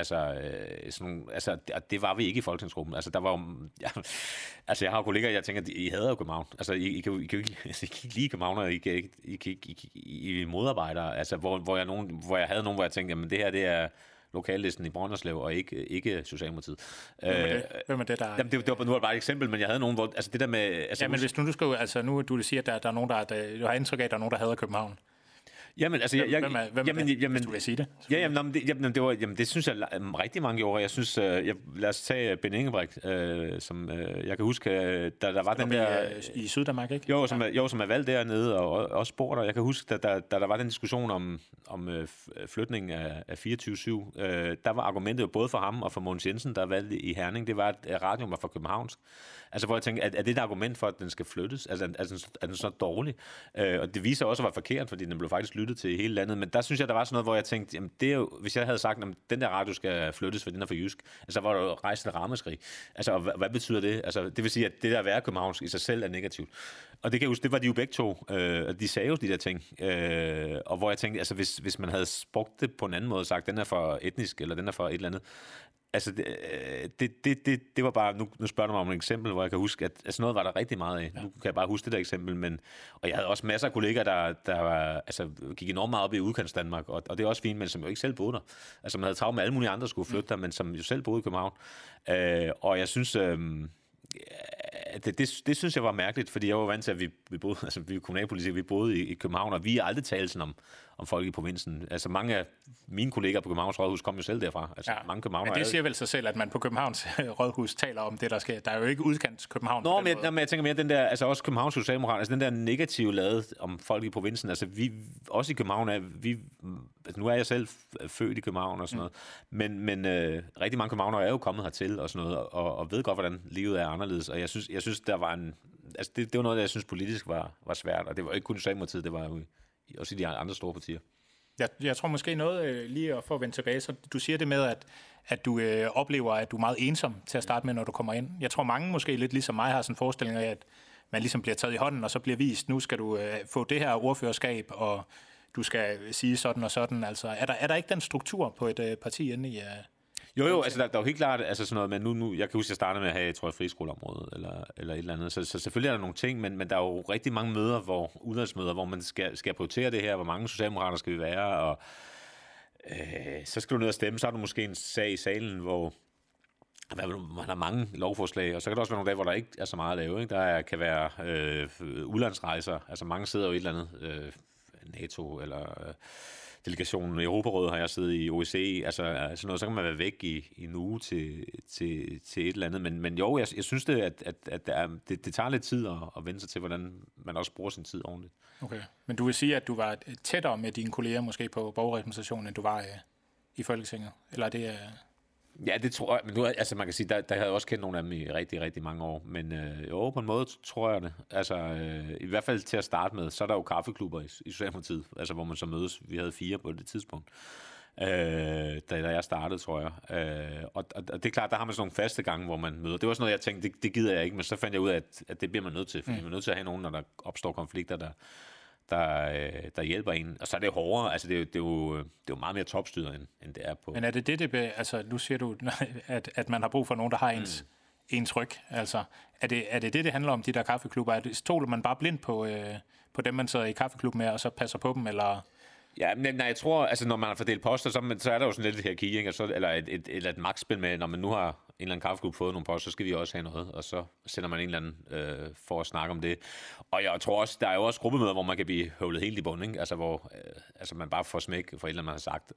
Speaker 2: Altså, det var vi ikke i folketingsgruppen. Altså, der var jo... jeg har jo kollegaer, jeg tænker, I hader jo København. Altså, I kan ikke lide København, og I modarbejdere. Altså, hvor jeg havde nogen, hvor jeg tænkte, jamen, det her, det er lokallisten i Brønderslev, og ikke Socialdemokratiet.
Speaker 1: Hvem er det, der...
Speaker 2: Jamen, det var nu bare et eksempel, men jeg havde nogen, hvor... Altså, det der med... Altså,
Speaker 1: ja, men hvis nu du skal... Altså, nu du siger, at der er nogen, du har indtryk af, at der er nogen, der hader København.
Speaker 2: Jamen, altså...
Speaker 1: Hvem er det, hvis du vil sige det?
Speaker 2: Jamen, det synes jeg rigtig mange gjorde. Jeg synes... lad os tage Ben Engelbrecht, som jeg kan huske, der var den der...
Speaker 1: I Syddanmark, ikke?
Speaker 2: Jo, som er valgt dernede, og også bor der. Jeg kan huske, da der var den diskussion om flytningen af 24/7, der var argumentet jo både for ham og for Mogens Jensen, der valgte i Herning, det var, at radioen var fra Københavnsk. Altså, hvor jeg tænkte, er det et argument for, at den skal flyttes? Altså, er den så dårlig? Og det viser også at være forkert, fordi den blev faktisk lyttet til i hele landet. Men der synes jeg, der var sådan noget, hvor jeg tænkte, jamen, det er jo, hvis jeg havde sagt, at den der radio skal flyttes, for den er for jysk, altså, var der jo rejst et ramaskrig. Altså, og hvad betyder det? Altså, det vil sige, at det der at være københavnsk i sig selv er negativt. Og det kan jeg huske, det var de jo begge to. Og de sagde jo de der ting. Og hvor jeg tænkte, altså, hvis man havde brugt det på en anden måde, sagt, den er for etnisk, eller den er for et eller andet, altså, det var bare, nu spørger du mig om et eksempel, hvor jeg kan huske, at altså noget var der rigtig meget af. Ja. Nu kan jeg bare huske det der eksempel, og jeg havde også masser af kolleger, der var, altså, gik enormt meget op i udkants Danmark, og det er også fint, men som jo ikke selv boede der. Altså, man havde travlt med alle mulige andre, der skulle flytte der, men som jo selv boede i København. Og jeg synes... Det synes jeg var mærkeligt, fordi jeg var vant til, at vi boede, altså vi er kommunalpolitikere, vi boede i København, og vi er aldrig talt sådan om folk i provinsen. Altså mange af mine kolleger på Københavns Rådhus kom jo selv derfra. Altså mange københavnere.
Speaker 1: Men det siger vel sig selv, at man på Københavns Rådhus taler om det, der sker. Der er jo ikke udkants København.
Speaker 2: Nå, men jeg tænker mere den der, altså også Københavns Socialdemokrat, altså den der negative ladet om folk i provinsen. Altså vi, også i København, altså nu er jeg selv født i København og sådan noget, men rigtig mange københavnere er jo kommet hertil og sådan noget, og ved godt, hvordan livet er anderledes. Og jeg synes der var altså det var noget, jeg synes politisk var svært, og det var ikke kun Socialdemokratiet, det var jo også i de andre store partier.
Speaker 1: Jeg tror måske noget, lige at få vendt tilbage, så du siger det med, at du oplever, at du er meget ensom til at starte med, når du kommer ind. Jeg tror mange måske lidt ligesom mig har sådan en forestilling af, at man ligesom bliver taget i hånden, og så bliver vist, nu skal du få det her ordførerskab, og du skal sige sådan og sådan. Altså, er der ikke den struktur på et parti inde i...
Speaker 2: Jo, altså der er jo helt klart, altså sådan noget, men nu jeg kan huske, at jeg startede med at have, tror jeg, friskoleområdet, eller et eller andet, så selvfølgelig er der nogle ting, men der er jo rigtig mange møder, udvalgsmøder, hvor man skal prioritere det her, hvor mange socialdemokrater skal vi være, og så skal du ned og stemme, så har du måske en sag i salen, hvor man har mange lovforslag, og så kan der også være nogle dage, hvor der ikke er så meget at lave, ikke? Kan være udlandsrejser, altså mange sidder jo i et eller andet NATO, eller... delegationen i Europarådet har jeg siddet i OSCE, altså sådan noget, så kan man være væk i en uge til et eller andet, men jo, jeg synes det, at det tager lidt tid at vende sig til, hvordan man også bruger sin tid ordentligt.
Speaker 1: Okay, men du vil sige, at du var tættere med dine kolleger måske på borgerrepræsentationen, end du var i Folketinget, eller er det...
Speaker 2: Ja, det tror jeg, men nu, altså man kan sige, der har jeg også kendt nogle af dem i rigtig, rigtig mange år, men jo, på en måde tror jeg det. Altså, i hvert fald til at starte med, så er der jo kaffeklubber i Socialdemokratiet, altså hvor man så mødes. Vi havde 4 på det tidspunkt, da jeg startede, tror jeg. Og det er klart, der har man sådan nogle faste gange, hvor man møder. Det var sådan noget, jeg tænkte, det gider jeg ikke, men så fandt jeg ud af, at det bliver man nødt til, fordi man er nødt til at have nogen, når der opstår konflikter, der hjælper en. Og så er det hårdere, altså det er jo meget mere topstyret, end det er på...
Speaker 1: Men er det altså nu siger du, at man har brug for nogen, der har ens ryg, altså er det handler om, de der kaffeklubber? Stoler man bare blindt på dem, man sidder i kaffeklub med, og så passer på dem, eller...
Speaker 2: Ja, men jeg tror, altså når man har fordelt poster, så er der jo sådan lidt et hierarki, ikke? Eller et magtspil med, når man nu har en eller anden kaffeklub fået nogle poster, så skal vi også have noget, og så sender man en eller anden for at snakke om det. Og jeg tror også, der er jo også gruppemøder, hvor man kan blive høvlet helt i bund, ikke? Altså hvor man bare får smæk for et eller andet, man har sagt.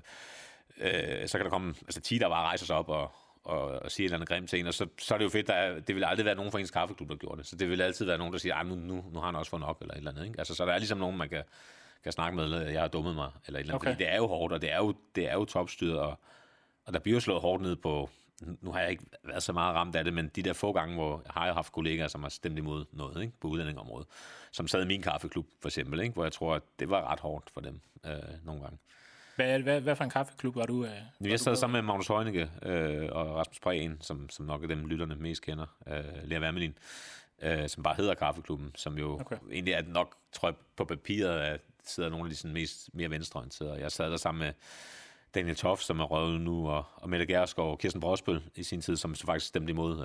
Speaker 2: Så kan der komme 10, der bare rejser sig op og sige et eller andet grimt til en, og så er det jo fedt, det vil aldrig være nogen fra ens kaffeklub, der gjorde det. Så det vil altid være nogen, der siger, nu har han også fået nok, eller et eller andet, ikke? Altså, så der er ligesom nogen, man kan snakke med, at jeg har dummet mig, eller et eller andet. Okay. Fordi det er jo hårdt, og det er jo topstyret, og der bliver jo slået hårdt ned på, nu har jeg ikke været så meget ramt af det, men de der få gange, hvor jeg har haft kollegaer, som har stemt imod noget, ikke, på udlændingeområdet, som sad i min kaffeklub, for eksempel, ikke, hvor jeg tror, at det var ret hårdt for dem nogle gange.
Speaker 1: Hvad for en kaffeklub var du?
Speaker 2: Jeg sad sammen med Magnus Heunicke og Rasmus Prehn, som nok er dem, lytterne mest kender, Lea Wermelin, som bare hedder Kaffeklubben, som jo egentlig er nok, tror jeg, på papiret, at sidder nogle af de sådan mere venstreorienterede. Jeg sad der sammen med Daniel Toft, som er røget nu, og Mette Gjerskov og Kirsten Brosbøl i sin tid, som faktisk stemte imod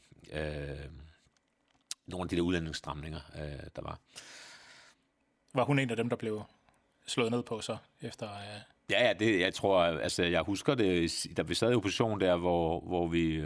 Speaker 2: nogle af de der udlændingsstramninger, der var.
Speaker 1: Var hun en af dem, der blev slået ned på så efter...
Speaker 2: Ja, jeg tror, altså jeg husker det, da vi sad i opposition der, hvor vi...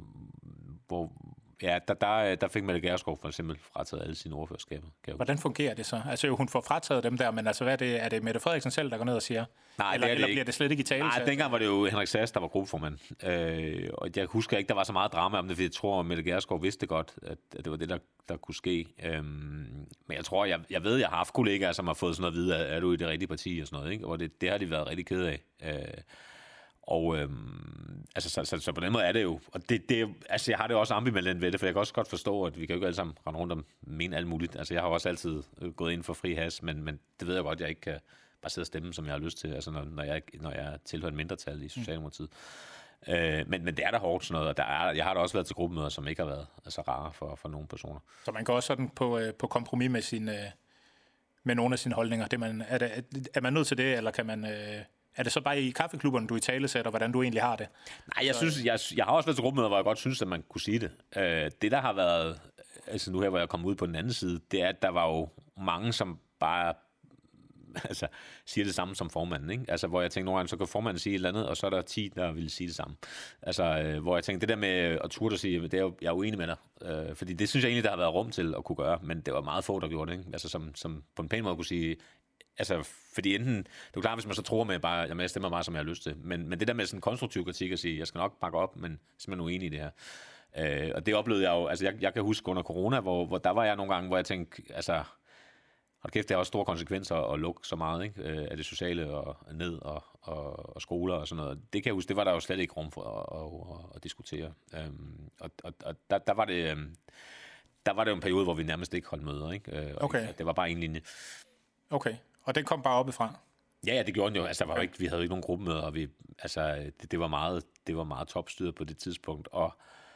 Speaker 2: Ja, der fik Mette Gjerskov for eksempel frataget alle sine ordførerskaber.
Speaker 1: Hvordan fungerer det så? Altså hun får frataget dem der, men altså hvad er det Mette Frederiksen selv, der går ned og siger?
Speaker 2: Nej,
Speaker 1: eller bliver det slet ikke i tale?
Speaker 2: Nej, dengang var det jo Henrik Sass, der var gruppeformand. Og jeg husker ikke, der var så meget drama om det, fordi jeg tror, at Mette Gjerskov vidste godt, at det var det, der kunne ske. Men jeg tror, jeg ved, jeg har haft kollegaer, som har fået sådan noget at vide, er du i det rigtige parti og sådan noget, ikke? Og det har de været rigtig kede af. Og så på den måde er det jo, og altså jeg har det også ambivalent ved det, for jeg kan også godt forstå, at vi kan jo ikke alle sammen rende rundt og mene alt muligt. Altså jeg har også altid gået ind for fri has, men det ved jeg godt, jeg ikke kan bare sidde og stemme, som jeg har lyst til, altså når jeg tilhører et mindretal i Socialdemokratiet. Men det er da hårdt sådan noget, og jeg har da også været til gruppemøder, som ikke har været altså rare for nogle personer.
Speaker 1: Så man går også sådan på kompromis med nogle af sine holdninger. Er man nødt til det, eller kan man... Er det så bare i kaffeklubberne, du i tale sætter, hvordan du egentlig har det?
Speaker 2: Nej, jeg synes, jeg har også været til gruppemøder, hvor jeg godt synes, at man kunne sige det. Det, der har været, altså nu her, hvor jeg kom ud på den anden side, det er, at der var jo mange, som bare siger det samme som formanden, ikke? Altså, hvor jeg tænkte, nogle gange, så kan formanden sige et eller andet, og så er der 10, der vil sige det samme. Altså, hvor jeg tænkte, det der med at turde at sige, jeg er uenig med dig. Fordi det synes jeg egentlig, der har været rum til at kunne gøre, men det var meget få, der gjorde det, ikke? Altså, som på en pæn måde kunne sige, altså, fordi enten, det er jo klart, hvis man så tror med bare, jeg stemmer bare, som jeg har lyst til, men det der med sådan en konstruktiv kritik at sige, jeg skal nok bakke op, men simpelthen uenig i det her. Og det oplevede jeg jo, altså jeg kan huske under corona, hvor der var jeg nogle gange, hvor jeg tænkte, altså, hold kæft, det har også store konsekvenser at lukke så meget, ikke? Af det sociale og ned og skoler og sådan noget. Det kan jeg huske, det var der jo slet ikke rum for at diskutere. Og der var det jo en periode, hvor vi nærmest ikke holdt møder, ikke? Og det var bare en linje.
Speaker 1: Okay, og den kom bare oppefra?
Speaker 2: Ja, det gjorde den jo. Altså, der var jo ikke, vi havde jo ikke nogen gruppemøder, og det var meget topstyret på det tidspunkt, og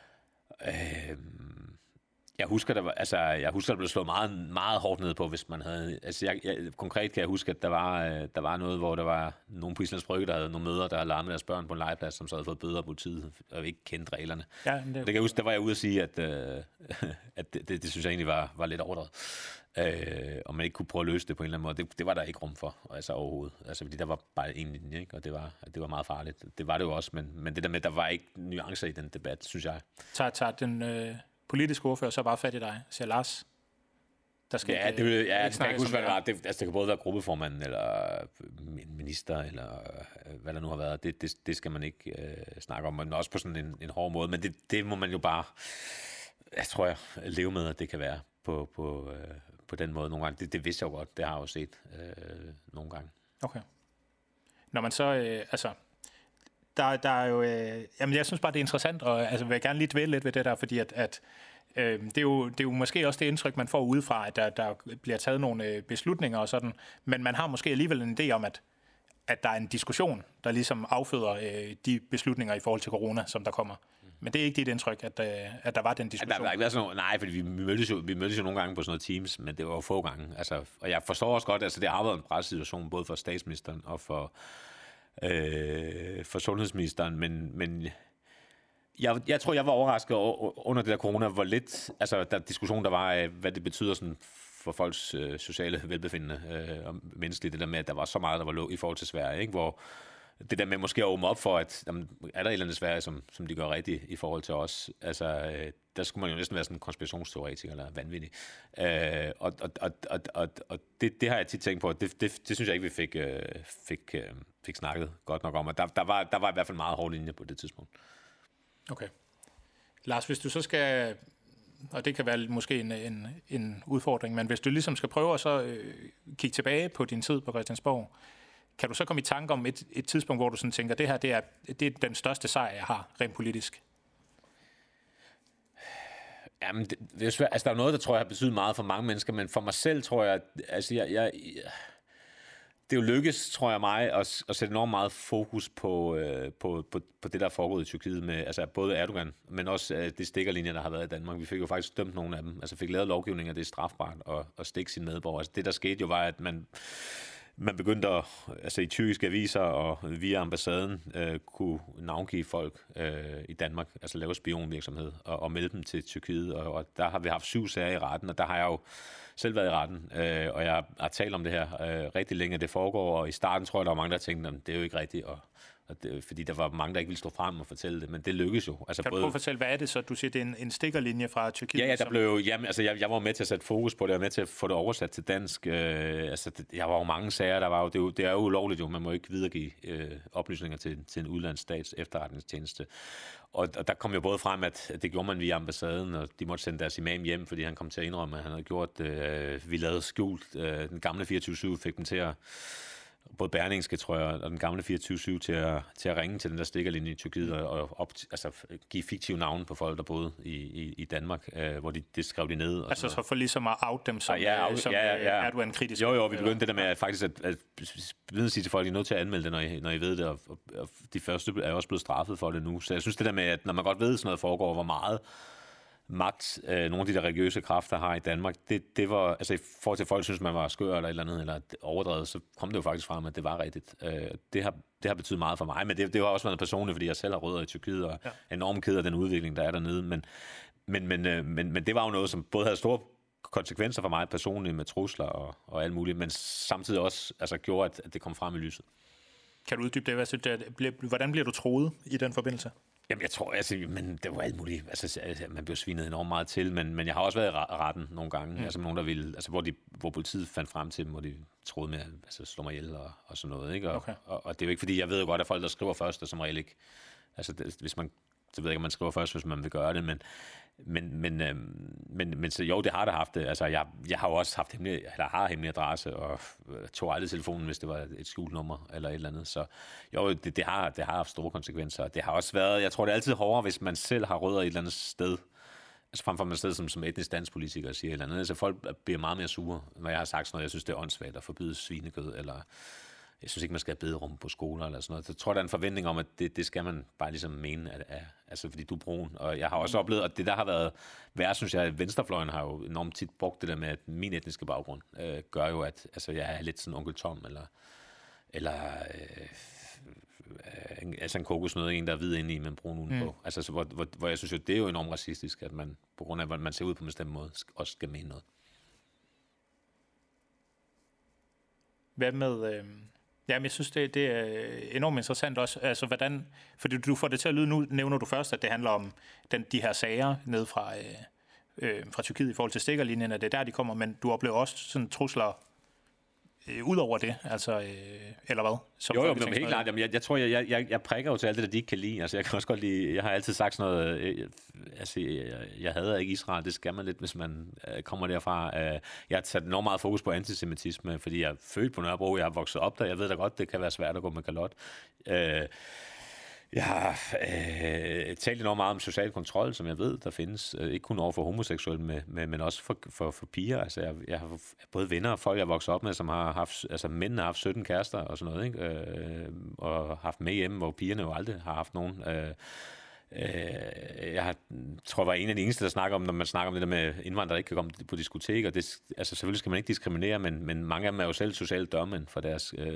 Speaker 2: jeg husker, der blev slået meget, meget hårdt ned på, hvis man havde... Altså, konkret kan jeg huske, at der var noget, hvor der var nogen på Islands Brygge, der havde nogle mødre, der havde larmet deres børn på en legeplads, som så havde fået bøder af politiet, og ikke kendte reglerne. Ja, det kan jeg huske, der var jeg ude at sige, at det synes jeg egentlig var lidt overdrevet. Og man ikke kunne prøve at løse det på en eller anden måde. Det var der ikke rum for, altså overhovedet. Altså, fordi der var bare en linje, ikke? Og det var meget farligt. Det var det jo også, men det der med, der var ikke nuancer i den debat, synes jeg.
Speaker 1: Tager den politiske ordfører så bare fat i dig, siger Lars? Der skal
Speaker 2: det kan ikke huske, hvad det var. Det kan både være gruppeformanden, eller en minister, eller hvad der nu har været. Det skal man ikke snakke om, men også på sådan en hård måde. Men det må man jo bare, jeg tror, leve med, at det kan være på den måde nogle gange. Det vidste jeg jo godt. Det har jeg jo set nogle gange. Okay.
Speaker 1: Når man så, der er jo, jamen jeg synes bare, det er interessant, og altså, vil jeg gerne lige dvæle lidt ved det der, fordi at det er jo måske også det indtryk, man får udefra, at der bliver taget nogle beslutninger og sådan, men man har måske alligevel en idé om, at der er en diskussion, der ligesom afføder de beslutninger i forhold til corona, som der kommer. Men det er ikke dit indtryk, at der var den diskussion?
Speaker 2: Der har ikke været sådan noget, nej, fordi vi mødtes jo nogle gange på sådan noget Teams, men det var jo få gange. Altså, og jeg forstår også godt, altså det har været en pressesituation, både for statsministeren og for sundhedsministeren, men jeg tror, jeg var overrasket under det der corona, hvor lidt, altså der diskussion der var af, hvad det betyder sådan for folks sociale velbefindende og menneskeligt, det der med, at der var så meget, der var lukket i forhold til Sverige, ikke? Hvor det der med måske at åbne op for, at jamen, er der et eller andet Sverige, som de gør rigtigt i forhold til os, altså der skulle man jo næsten være sådan en konspirationsteoretiker eller vanvittig. Og det har jeg tit tænkt på, det synes jeg ikke, vi fik snakket godt nok om, og der var i hvert fald meget hård linje på det tidspunkt.
Speaker 1: Okay. Lars, hvis du så skal, og det kan være måske en udfordring, men hvis du ligesom skal prøve at så kigge tilbage på din tid på Christiansborg, kan du så komme i tanke om et tidspunkt, hvor du sådan tænker, det her det er den største sejr, jeg har rent politisk?
Speaker 2: Jamen, det er svært. Altså, der er noget, der tror jeg har betydet meget for mange mennesker, men for mig selv tror jeg, altså det er jo lykkes, tror jeg mig, at sætte enormt meget fokus på det, der er foregået i Tyrkiet med altså både Erdogan, men også de stikkerlinjer, der har været i Danmark. Vi fik jo faktisk dømt nogle af dem. Altså fik lavet lovgivning, at det er strafbart at stikke sine medborgere. Altså det, der skete jo, var, at man begyndte at, altså i tyrkiske aviser og via ambassaden kunne navngive folk i Danmark, altså lave spionvirksomhed og melde dem til Tyrkiet. Og der har vi haft 7 sager i retten, og der har jeg jo selv været i retten, og jeg har talt om det her rigtig længe, det foregår, og i starten tror jeg, der var mange, der tænkte, at det er jo ikke rigtigt, og fordi der var mange, der ikke ville stå frem og fortælle det, men det lykkedes jo. Altså,
Speaker 1: kan du prøve at fortælle, hvad er det så? Du siger, det er en stikkerlinje fra Tyrkiet?
Speaker 2: Ja, der blev jo, jamen, altså, jeg var med til at sætte fokus på det, jeg var med til at få det oversat til dansk. Jeg var jo mange sager, der var jo, det er jo ulovligt jo, man må ikke videregive oplysninger til en udlandsstats efterretningstjeneste. Og der kom jo både frem, at det gjorde man via ambassaden, og de måtte sende deres imam hjem, fordi han kom til at indrømme, at han havde gjort det. Vi lavede skjult. Den gamle 24/7 fik dem til at både Berlingske, tror jeg, og den gamle 24/7 til at ringe til den der stikkerlinje i Tyrkiet og give fiktive navne på folk, der boede i Danmark, hvor det skrev de ned.
Speaker 1: Altså så for ligesom at out dem som Erdogan-kritisk.
Speaker 2: Jo, vi begyndte det der med at faktisk at sige til folk, at I er nødt til at anmelde det, når I ved det, og de første er også blevet straffet for det nu. Så jeg synes det der med, at når man godt ved, sådan noget foregår, hvor meget magt, nogle af de der religiøse kræfter har i Danmark, det var, altså i forhold til folk synes, man var skør eller et eller andet, eller overdrevet, så kom det jo faktisk frem, at det var rigtigt. Det har betydet meget for mig, men det har også været personligt, fordi jeg selv har rødder i Tyrkiet, og er enormt ked af den udvikling, der er dernede, men det var jo noget, som både havde store konsekvenser for mig personligt med trusler og alt muligt, men samtidig også altså, gjorde, at det kom frem i lyset.
Speaker 1: Kan du uddybe det? Hvordan bliver du troet i den forbindelse?
Speaker 2: Jamen, jeg tror, men det var alt muligt. Altså, man blev svinet enormt meget til, men jeg har også været i retten nogle gange, altså nogen, der ville, altså hvor politiet fandt frem til dem, hvor de troede med at slå mig ihjel og sådan noget, ikke? Og det er jo ikke, fordi jeg ved jo godt, at folk, der skriver først, er som regel ikke, altså hvis man, så ved jeg ikke, om man skriver først, hvis man vil gøre det, men så jo, det har der haft det. Altså, jeg har jo også haft hemmelig adresse, og tog aldrig telefonen, hvis det var et skjult nummer, eller et eller andet. Så jo, det har haft store konsekvenser. Det har også været, jeg tror, det er altid hårdere, hvis man selv har rødder et eller andet sted. Altså frem for et sted, som etnisk dansk politiker siger et eller andet. Altså folk bliver meget mere sure, når jeg har sagt sådan noget, jeg synes, det er åndssvagt at forbyde svinekød, eller jeg synes ikke, man skal have bederum på skoler eller sådan noget. Så jeg tror, der er en forventning om, at det skal man bare ligesom mene, altså fordi du er brun. Og jeg har også oplevet, at det der har været værre, synes jeg, at venstrefløjen har jo enormt tit brugt det der med, at min etniske baggrund gør jo, at altså, jeg er lidt sådan onkel Tom, eller altså en kokosnød, en der er hvid inde i, men brun udenpå. Altså, så, hvor jeg synes jo, det er jo enormt racistisk, at man, på grund af, at man ser ud på en bestemt måde, også skal mene noget.
Speaker 1: Hvad med... Jamen, jeg synes, det er enormt interessant også. Altså, hvordan... Fordi du får det til at lyde, nu nævner du først, at det handler om de her sager ned fra Tyrkiet i forhold til stikkerlinjen, at det er der, de kommer, men du oplever også sådan trusler ud over det, altså, eller hvad?
Speaker 2: Jo, men helt klart. Jamen, jeg tror, jeg prikker jo til alt det, der de ikke kan lide. Altså, jeg kan også godt lide... Jeg har altid sagt sådan noget... jeg hader ikke Israel. Det skal man lidt, hvis man kommer derfra. Jeg har taget enormt meget fokus på antisemitisme, fordi jeg er født på Nørrebro. Jeg har vokset op der. Jeg ved da godt, det kan være svært at gå med kalot. Jeg har talt enormt meget om social kontrol, som jeg ved, der findes. Ikke kun over for homoseksuelle, men også for piger. Altså, jeg har både venner og folk, jeg vokset op med, som har haft... Altså, mændene har haft 17 kærester og sådan noget, ikke? Og haft med hjemme, hvor pigerne jo aldrig har haft nogen. Jeg tror, jeg var en af de eneste, der snakker om, når man snakker om det der med indvandrere, der ikke kan komme på diskotek, og det, altså selvfølgelig skal man ikke diskriminere, men mange af dem er jo selv sociale dørmænd for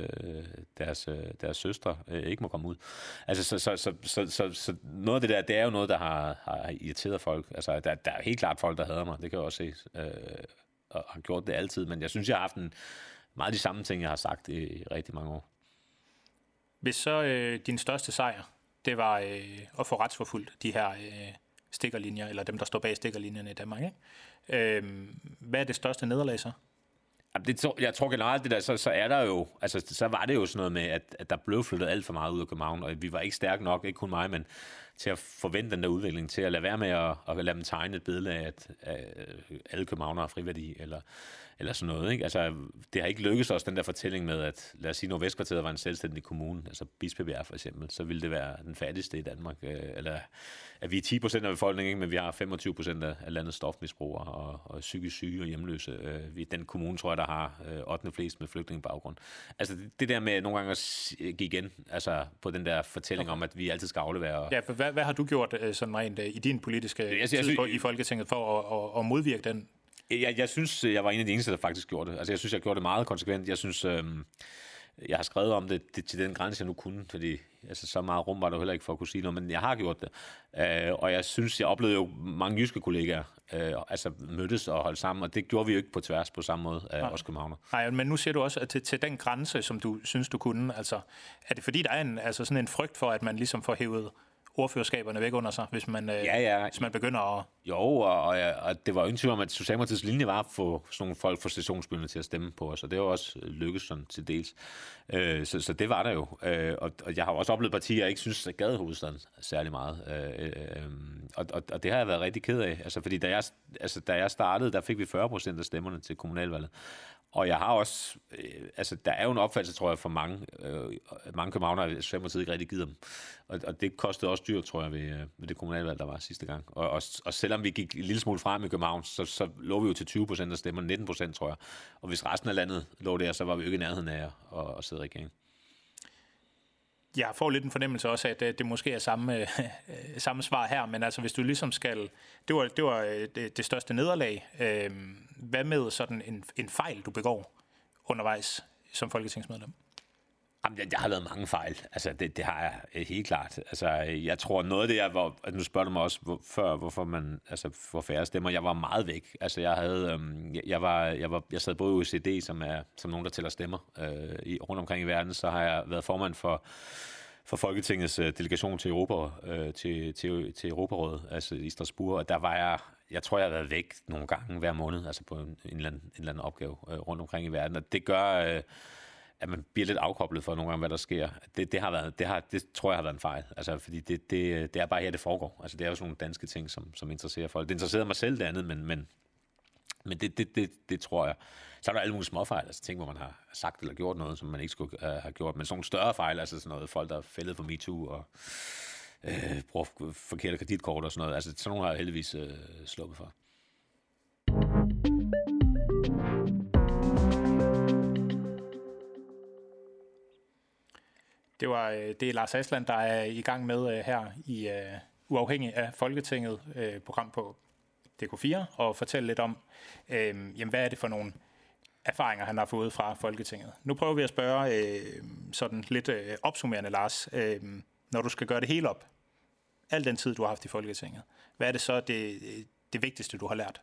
Speaker 2: deres søstre ikke må komme ud. Altså, så noget af det der, det er jo noget, der har irriteret folk. Altså, der er helt klart folk, der hader mig, det kan jeg også se, og har gjort det altid, men jeg synes, jeg har haft meget de samme ting, jeg har sagt i rigtig mange år.
Speaker 1: Hvis så din største sejr, det var at få retsforfulgt de her stikkerlinjer, eller dem, der står bag stikkerlinjerne i Danmark, ikke? Hvad er det største nederlag så?
Speaker 2: Jeg tror generelt, det der, så er der jo, altså så var det jo sådan noget med, at der blev flyttet alt for meget ud af København, og vi var ikke stærke nok, ikke kun mig, men til at forvente den der udvikling, til at lade være med at lade dem tegne et billede af, at alle københavnere har friværdi, eller sådan noget, ikke? Altså, det har ikke lykkedes os, den der fortælling med, at lad os sige, Nordvestkvarteret var en selvstændig kommune, altså Bispebjerg for eksempel, så ville det være den fattigste i Danmark, eller at vi er 10% af befolkningen, ikke? Men vi har 25% af landets stofmisbrugere og psykisk syge og hjemløse. Vi er den kommune, tror jeg, der har 8. flest med flygtningebaggrund. Altså, det der med nogle gange at give igen, altså på den der fortælling om, at vi altid skal aflevere.
Speaker 1: Ja, for hvad har du gjort sådan rent i din politiske tid i Folketinget for at modvirke den?
Speaker 2: Jeg synes, jeg var en af de eneste, der faktisk gjorde det. Altså, jeg synes, jeg gjorde det meget konsekvent. Jeg synes, jeg har skrevet om det til den grænse, jeg nu kunne, fordi altså, så meget rum var der heller ikke for at kunne sige noget, men jeg har gjort det. Og jeg synes, jeg oplevede jo mange jyske kollegaer, altså mødtes og holdt sammen, og det gjorde vi jo ikke på tværs på samme måde af os københavner.
Speaker 1: Nej, men nu siger du også, at til den grænse, som du synes, du kunne, altså, er det fordi, der er sådan en frygt for, at man ligesom får hævet ordførerskaberne væk under sig, hvis man, hvis man begynder at...
Speaker 2: Jo, og det var jo ingen tvivl om, at Socialdemokratiets linje var at få sådan nogle folk fra stationsbyerne til at stemme på os, og det var også lykkedes sådan til dels. Så det var der jo. Og jeg har også oplevet partier, jeg ikke synes, at gad hovedstaden særlig meget. Og det har jeg været rigtig ked af. Altså, fordi da jeg startede, der fik vi 40% af stemmerne til kommunalvalget. Og jeg har også, altså der er jo en opfattelse, tror jeg, for mange københavnere, at Socialdemokratiet ikke rigtig gider dem. Og det kostede også dyrt, tror jeg, ved det kommunalvalg, der var sidste gang. Og selvom vi gik en lille smule frem i København, så lå vi jo til 20% af stemmerne, 19%, tror jeg. Og hvis resten af landet lå der, så var vi jo ikke i nærheden af at sidde i regeringen.
Speaker 1: Jeg får lidt en fornemmelse også af, at det måske er samme svar her, men altså hvis du ligesom skal... Det var det største nederlag. Hvad med sådan en fejl, du begår undervejs som folketingsmedlem?
Speaker 2: Jamen, jeg har lavet mange fejl. Altså, det har jeg helt klart. Altså, jeg tror, noget af det, nu spørger du mig også før, hvorfor man, altså, for færre stemmer, jeg var meget væk. Altså, jeg sad både i OECD, som nogen, der tæller stemmer rundt omkring i verden, så har jeg været formand for Folketingets delegation til til Europarådet, altså i Strasbourg, og der var jeg tror, jeg har været væk nogle gange hver måned, altså på en eller anden opgave rundt omkring i verden, og det gør... at man bliver lidt afkoblet for nogle gange, hvad der sker. Det tror jeg har været en fejl. Altså, fordi det er bare her, det foregår. Altså, det er jo sådan nogle danske ting, som interesserer folk. Det interesserer mig selv, det andet, men det tror jeg. Så er der alle mulige småfejl, altså ting, hvor man har sagt eller gjort noget, som man ikke skulle have gjort. Men sådan nogle større fejl, altså sådan noget, folk, der er fældet for MeToo og bruger forkerte kreditkort og sådan noget. Altså, sådan nogle har jeg heldigvis sluppet for.
Speaker 1: Det er Lars Aslan, der er i gang med her i Uafhængig af Folketinget, program på DK4, og fortælle lidt om, hvad er det for nogle erfaringer, han har fået fra Folketinget. Nu prøver vi at spørge sådan lidt opsummerende, Lars. Når du skal gøre det hele op, al den tid, du har haft i Folketinget, hvad er det så det vigtigste, du har lært?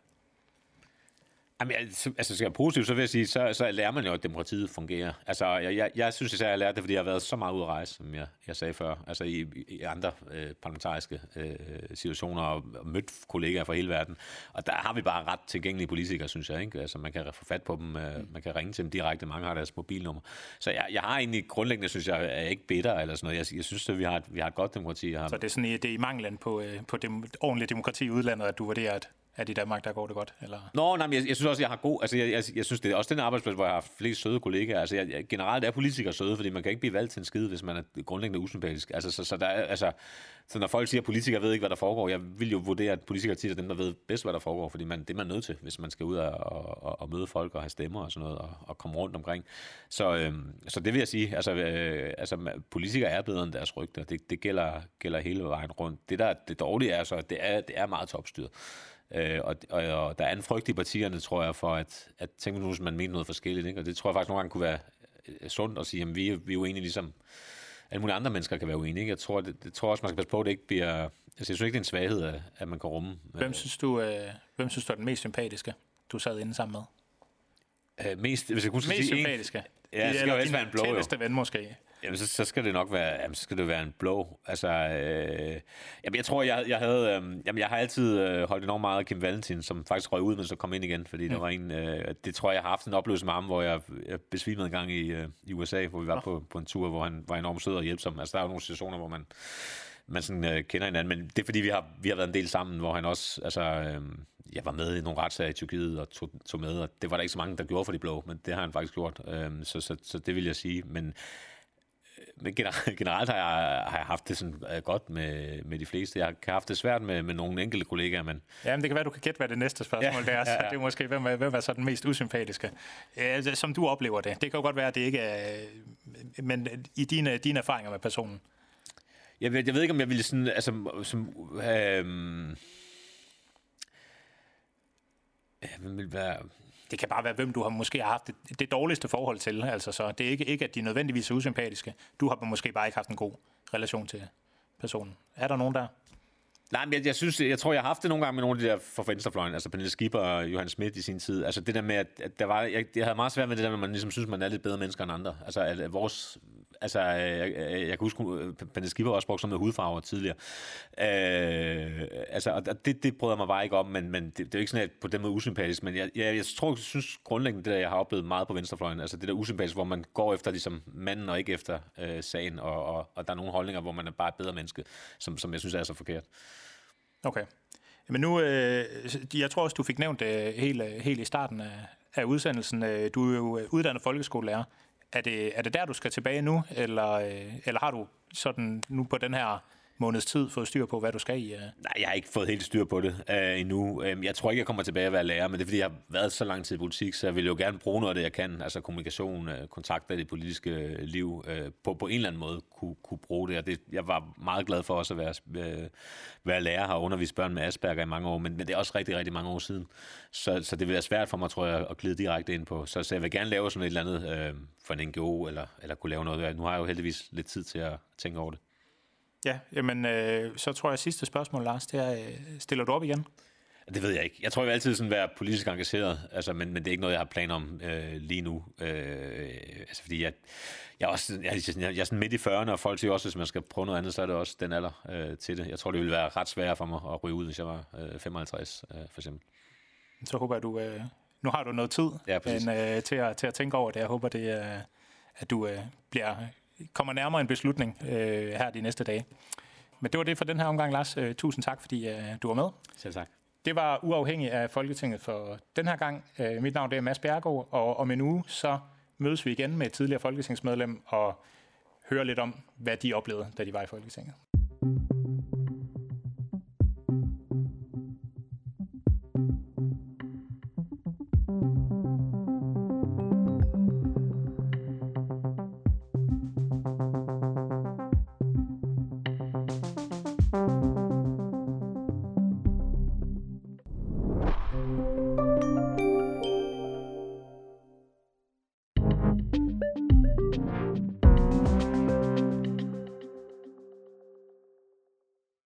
Speaker 2: Jamen, altså, skal jeg positivt, så vil jeg sige, så lærer man jo, at demokratiet fungerer. Altså, jeg synes især, at jeg lærte det, fordi jeg har været så meget ude at rejse, som jeg sagde før. Altså, i andre parlamentariske situationer, og mødt kollegaer fra hele verden. Og der har vi bare ret tilgængelige politikere, synes jeg, ikke? Altså, man kan få fat på dem, man kan ringe til dem direkte, mange har deres mobilnummer. Så jeg har egentlig grundlæggende, synes jeg, er ikke bitter eller sådan noget. Jeg synes, at vi har et godt demokrati.
Speaker 1: Så det er sådan, det er i manglen på ordentligt demokrati i udlandet, at du vurderer, at i Danmark, der går det godt? Eller?
Speaker 2: Nej, men jeg synes også, jeg har god... Altså, jeg synes, det er også den arbejdsplads, hvor jeg har flest søde kollegaer. Altså, generelt er politikere søde, fordi man kan ikke blive valgt til en skide, hvis man er grundlæggende usympatisk. Altså, så der er... Altså, så når folk siger, at politikere ved ikke, hvad der foregår, jeg vil jo vurdere, at politikere tit er dem, der ved bedst, hvad der foregår, fordi det er man nødt til, hvis man skal ud og møde folk og have stemmer og sådan noget, og komme rundt omkring. Så det vil jeg sige. Altså, politikere er bedre end deres rygter. Det gælder hele vejen rundt. Det dårlige er så, at det er meget topstyret. Og der er en frygt i partierne, tror jeg, for at tænke nu, hvis man mener noget forskelligt, ikke? Og det tror jeg faktisk nogle gange kunne være sundt at sige, at vi er jo egentlig ligesom alle mulige andre mennesker kan være uenige, ikke? Jeg tror også, man skal passe på, at det ikke bliver... Altså, jeg synes ikke, det er en svaghed, at man kan rumme.
Speaker 1: Hvem synes du er den mest sympatiske, du sad inde sammen med?
Speaker 2: Hvis jeg kunne sige
Speaker 1: sympatiske?
Speaker 2: Ja, det skal jo helst være en blå,
Speaker 1: tætteste ven måske.
Speaker 2: Jamen, så skal det nok være, en blå. Altså, jeg tror, jeg har altid holdt enormt meget af Kim Valentin, som faktisk røg ud, men så kom ind igen, fordi der var en, det tror jeg har haft en oplevelse med ham, hvor jeg besvimede en gang i USA, hvor vi var på en tur, hvor han var enormt sød og hjælpsom. Altså, der er jo nogle situationer, hvor man sådan, kender hinanden, men det er fordi, vi har været en del sammen, hvor han også, jeg var med i nogle retssager i Tyrkiet og tog med, og det var der ikke så mange, der gjorde for de blå, men det har han faktisk gjort, så det vil jeg sige, men generelt har jeg haft det sådan godt med de fleste. Jeg har haft det svært med nogle enkelte kollegaer, men...
Speaker 1: Jamen, det kan være, du kan gætte, hvad det næste spørgsmål er. Så det er måske, hvem er så den mest usympatiske? Som du oplever det. Det kan jo godt være, at det ikke er... Men i dine erfaringer med personen?
Speaker 2: Jeg ved ikke, om jeg ville sådan... Hvem vil være...
Speaker 1: Det kan bare være, hvem du har måske haft det dårligste forhold til. Altså, så det er ikke, at de nødvendigvis er usympatiske. Du har måske bare ikke haft en god relation til personen. Er der nogen der?
Speaker 2: Nej, men jeg tror, jeg har haft det nogle gange med nogle af de der fra venstrefløjen, altså Pernille Skipper og Johan Schmidt i sin tid. Altså det der med, at der var, jeg havde meget svært med det der med, at man ligesom synes, man er lidt bedre mennesker end andre. Altså at vores... Altså, jeg kan huske, Pernille Skipper også brugte sådan noget hudfarver tidligere. Og det brød jeg mig bare ikke om, men det er jo ikke sådan, at på den måde usympatisk, men jeg synes grundlæggende, det der, jeg har oplevet meget på venstrefløjen, altså det der usympatisk, hvor man går efter ligesom manden og ikke efter sagen, og der er nogle holdninger, hvor man er bare et bedre menneske, som jeg synes er så forkert. Okay.
Speaker 1: Men nu, jeg tror også, du fik nævnt helt i starten af udsendelsen, du er jo uddannet folkeskolelærer. Er det der, du skal tilbage nu, eller har du sådan nu på den her måneds tid fået styr på, hvad du skal i?
Speaker 2: Nej, jeg har ikke fået helt styr på det endnu. Jeg tror ikke, jeg kommer tilbage at være lærer, men det er, fordi jeg har været så lang tid i politik, så jeg vil jo gerne bruge noget af det, jeg kan. Altså kommunikation, kontakter i det politiske liv, på en eller anden måde kunne bruge det. Og jeg var meget glad for også at være lærer, har undervist børn med Asperger i mange år, men det er også rigtig, rigtig mange år siden. Så det vil være svært for mig, tror jeg, at glide direkte ind på. Så jeg vil gerne lave sådan et eller andet for en NGO, eller kunne lave noget. Nu har jeg jo heldigvis lidt tid til at tænke over det.
Speaker 1: Ja, jamen, så tror jeg sidste spørgsmål, Lars, det er, stiller du op igen?
Speaker 2: Det ved jeg ikke. Jeg tror, jeg vil altid sådan være politisk engageret, men det er ikke noget, jeg har planer om lige nu. Fordi jeg er sådan midt i 40'erne, og folk siger også, hvis man skal prøve noget andet, så er det også den alder til det. Jeg tror, det ville være ret svært for mig at ryge ud, hvis jeg var 55, for eksempel.
Speaker 1: Så håber jeg, du... Nu har du noget tid til at tænke over det. Jeg håber, at du kommer nærmere en beslutning her de næste dage. Men det var det for den her omgang, Lars. Tusind tak, fordi du var med.
Speaker 2: Selv tak.
Speaker 1: Det var Uafhængig af Folketinget for den her gang. Mit navn er Mads Bjerregaard, og om en uge så mødes vi igen med et tidligere folketingsmedlem og hører lidt om, hvad de oplevede, da de var i Folketinget.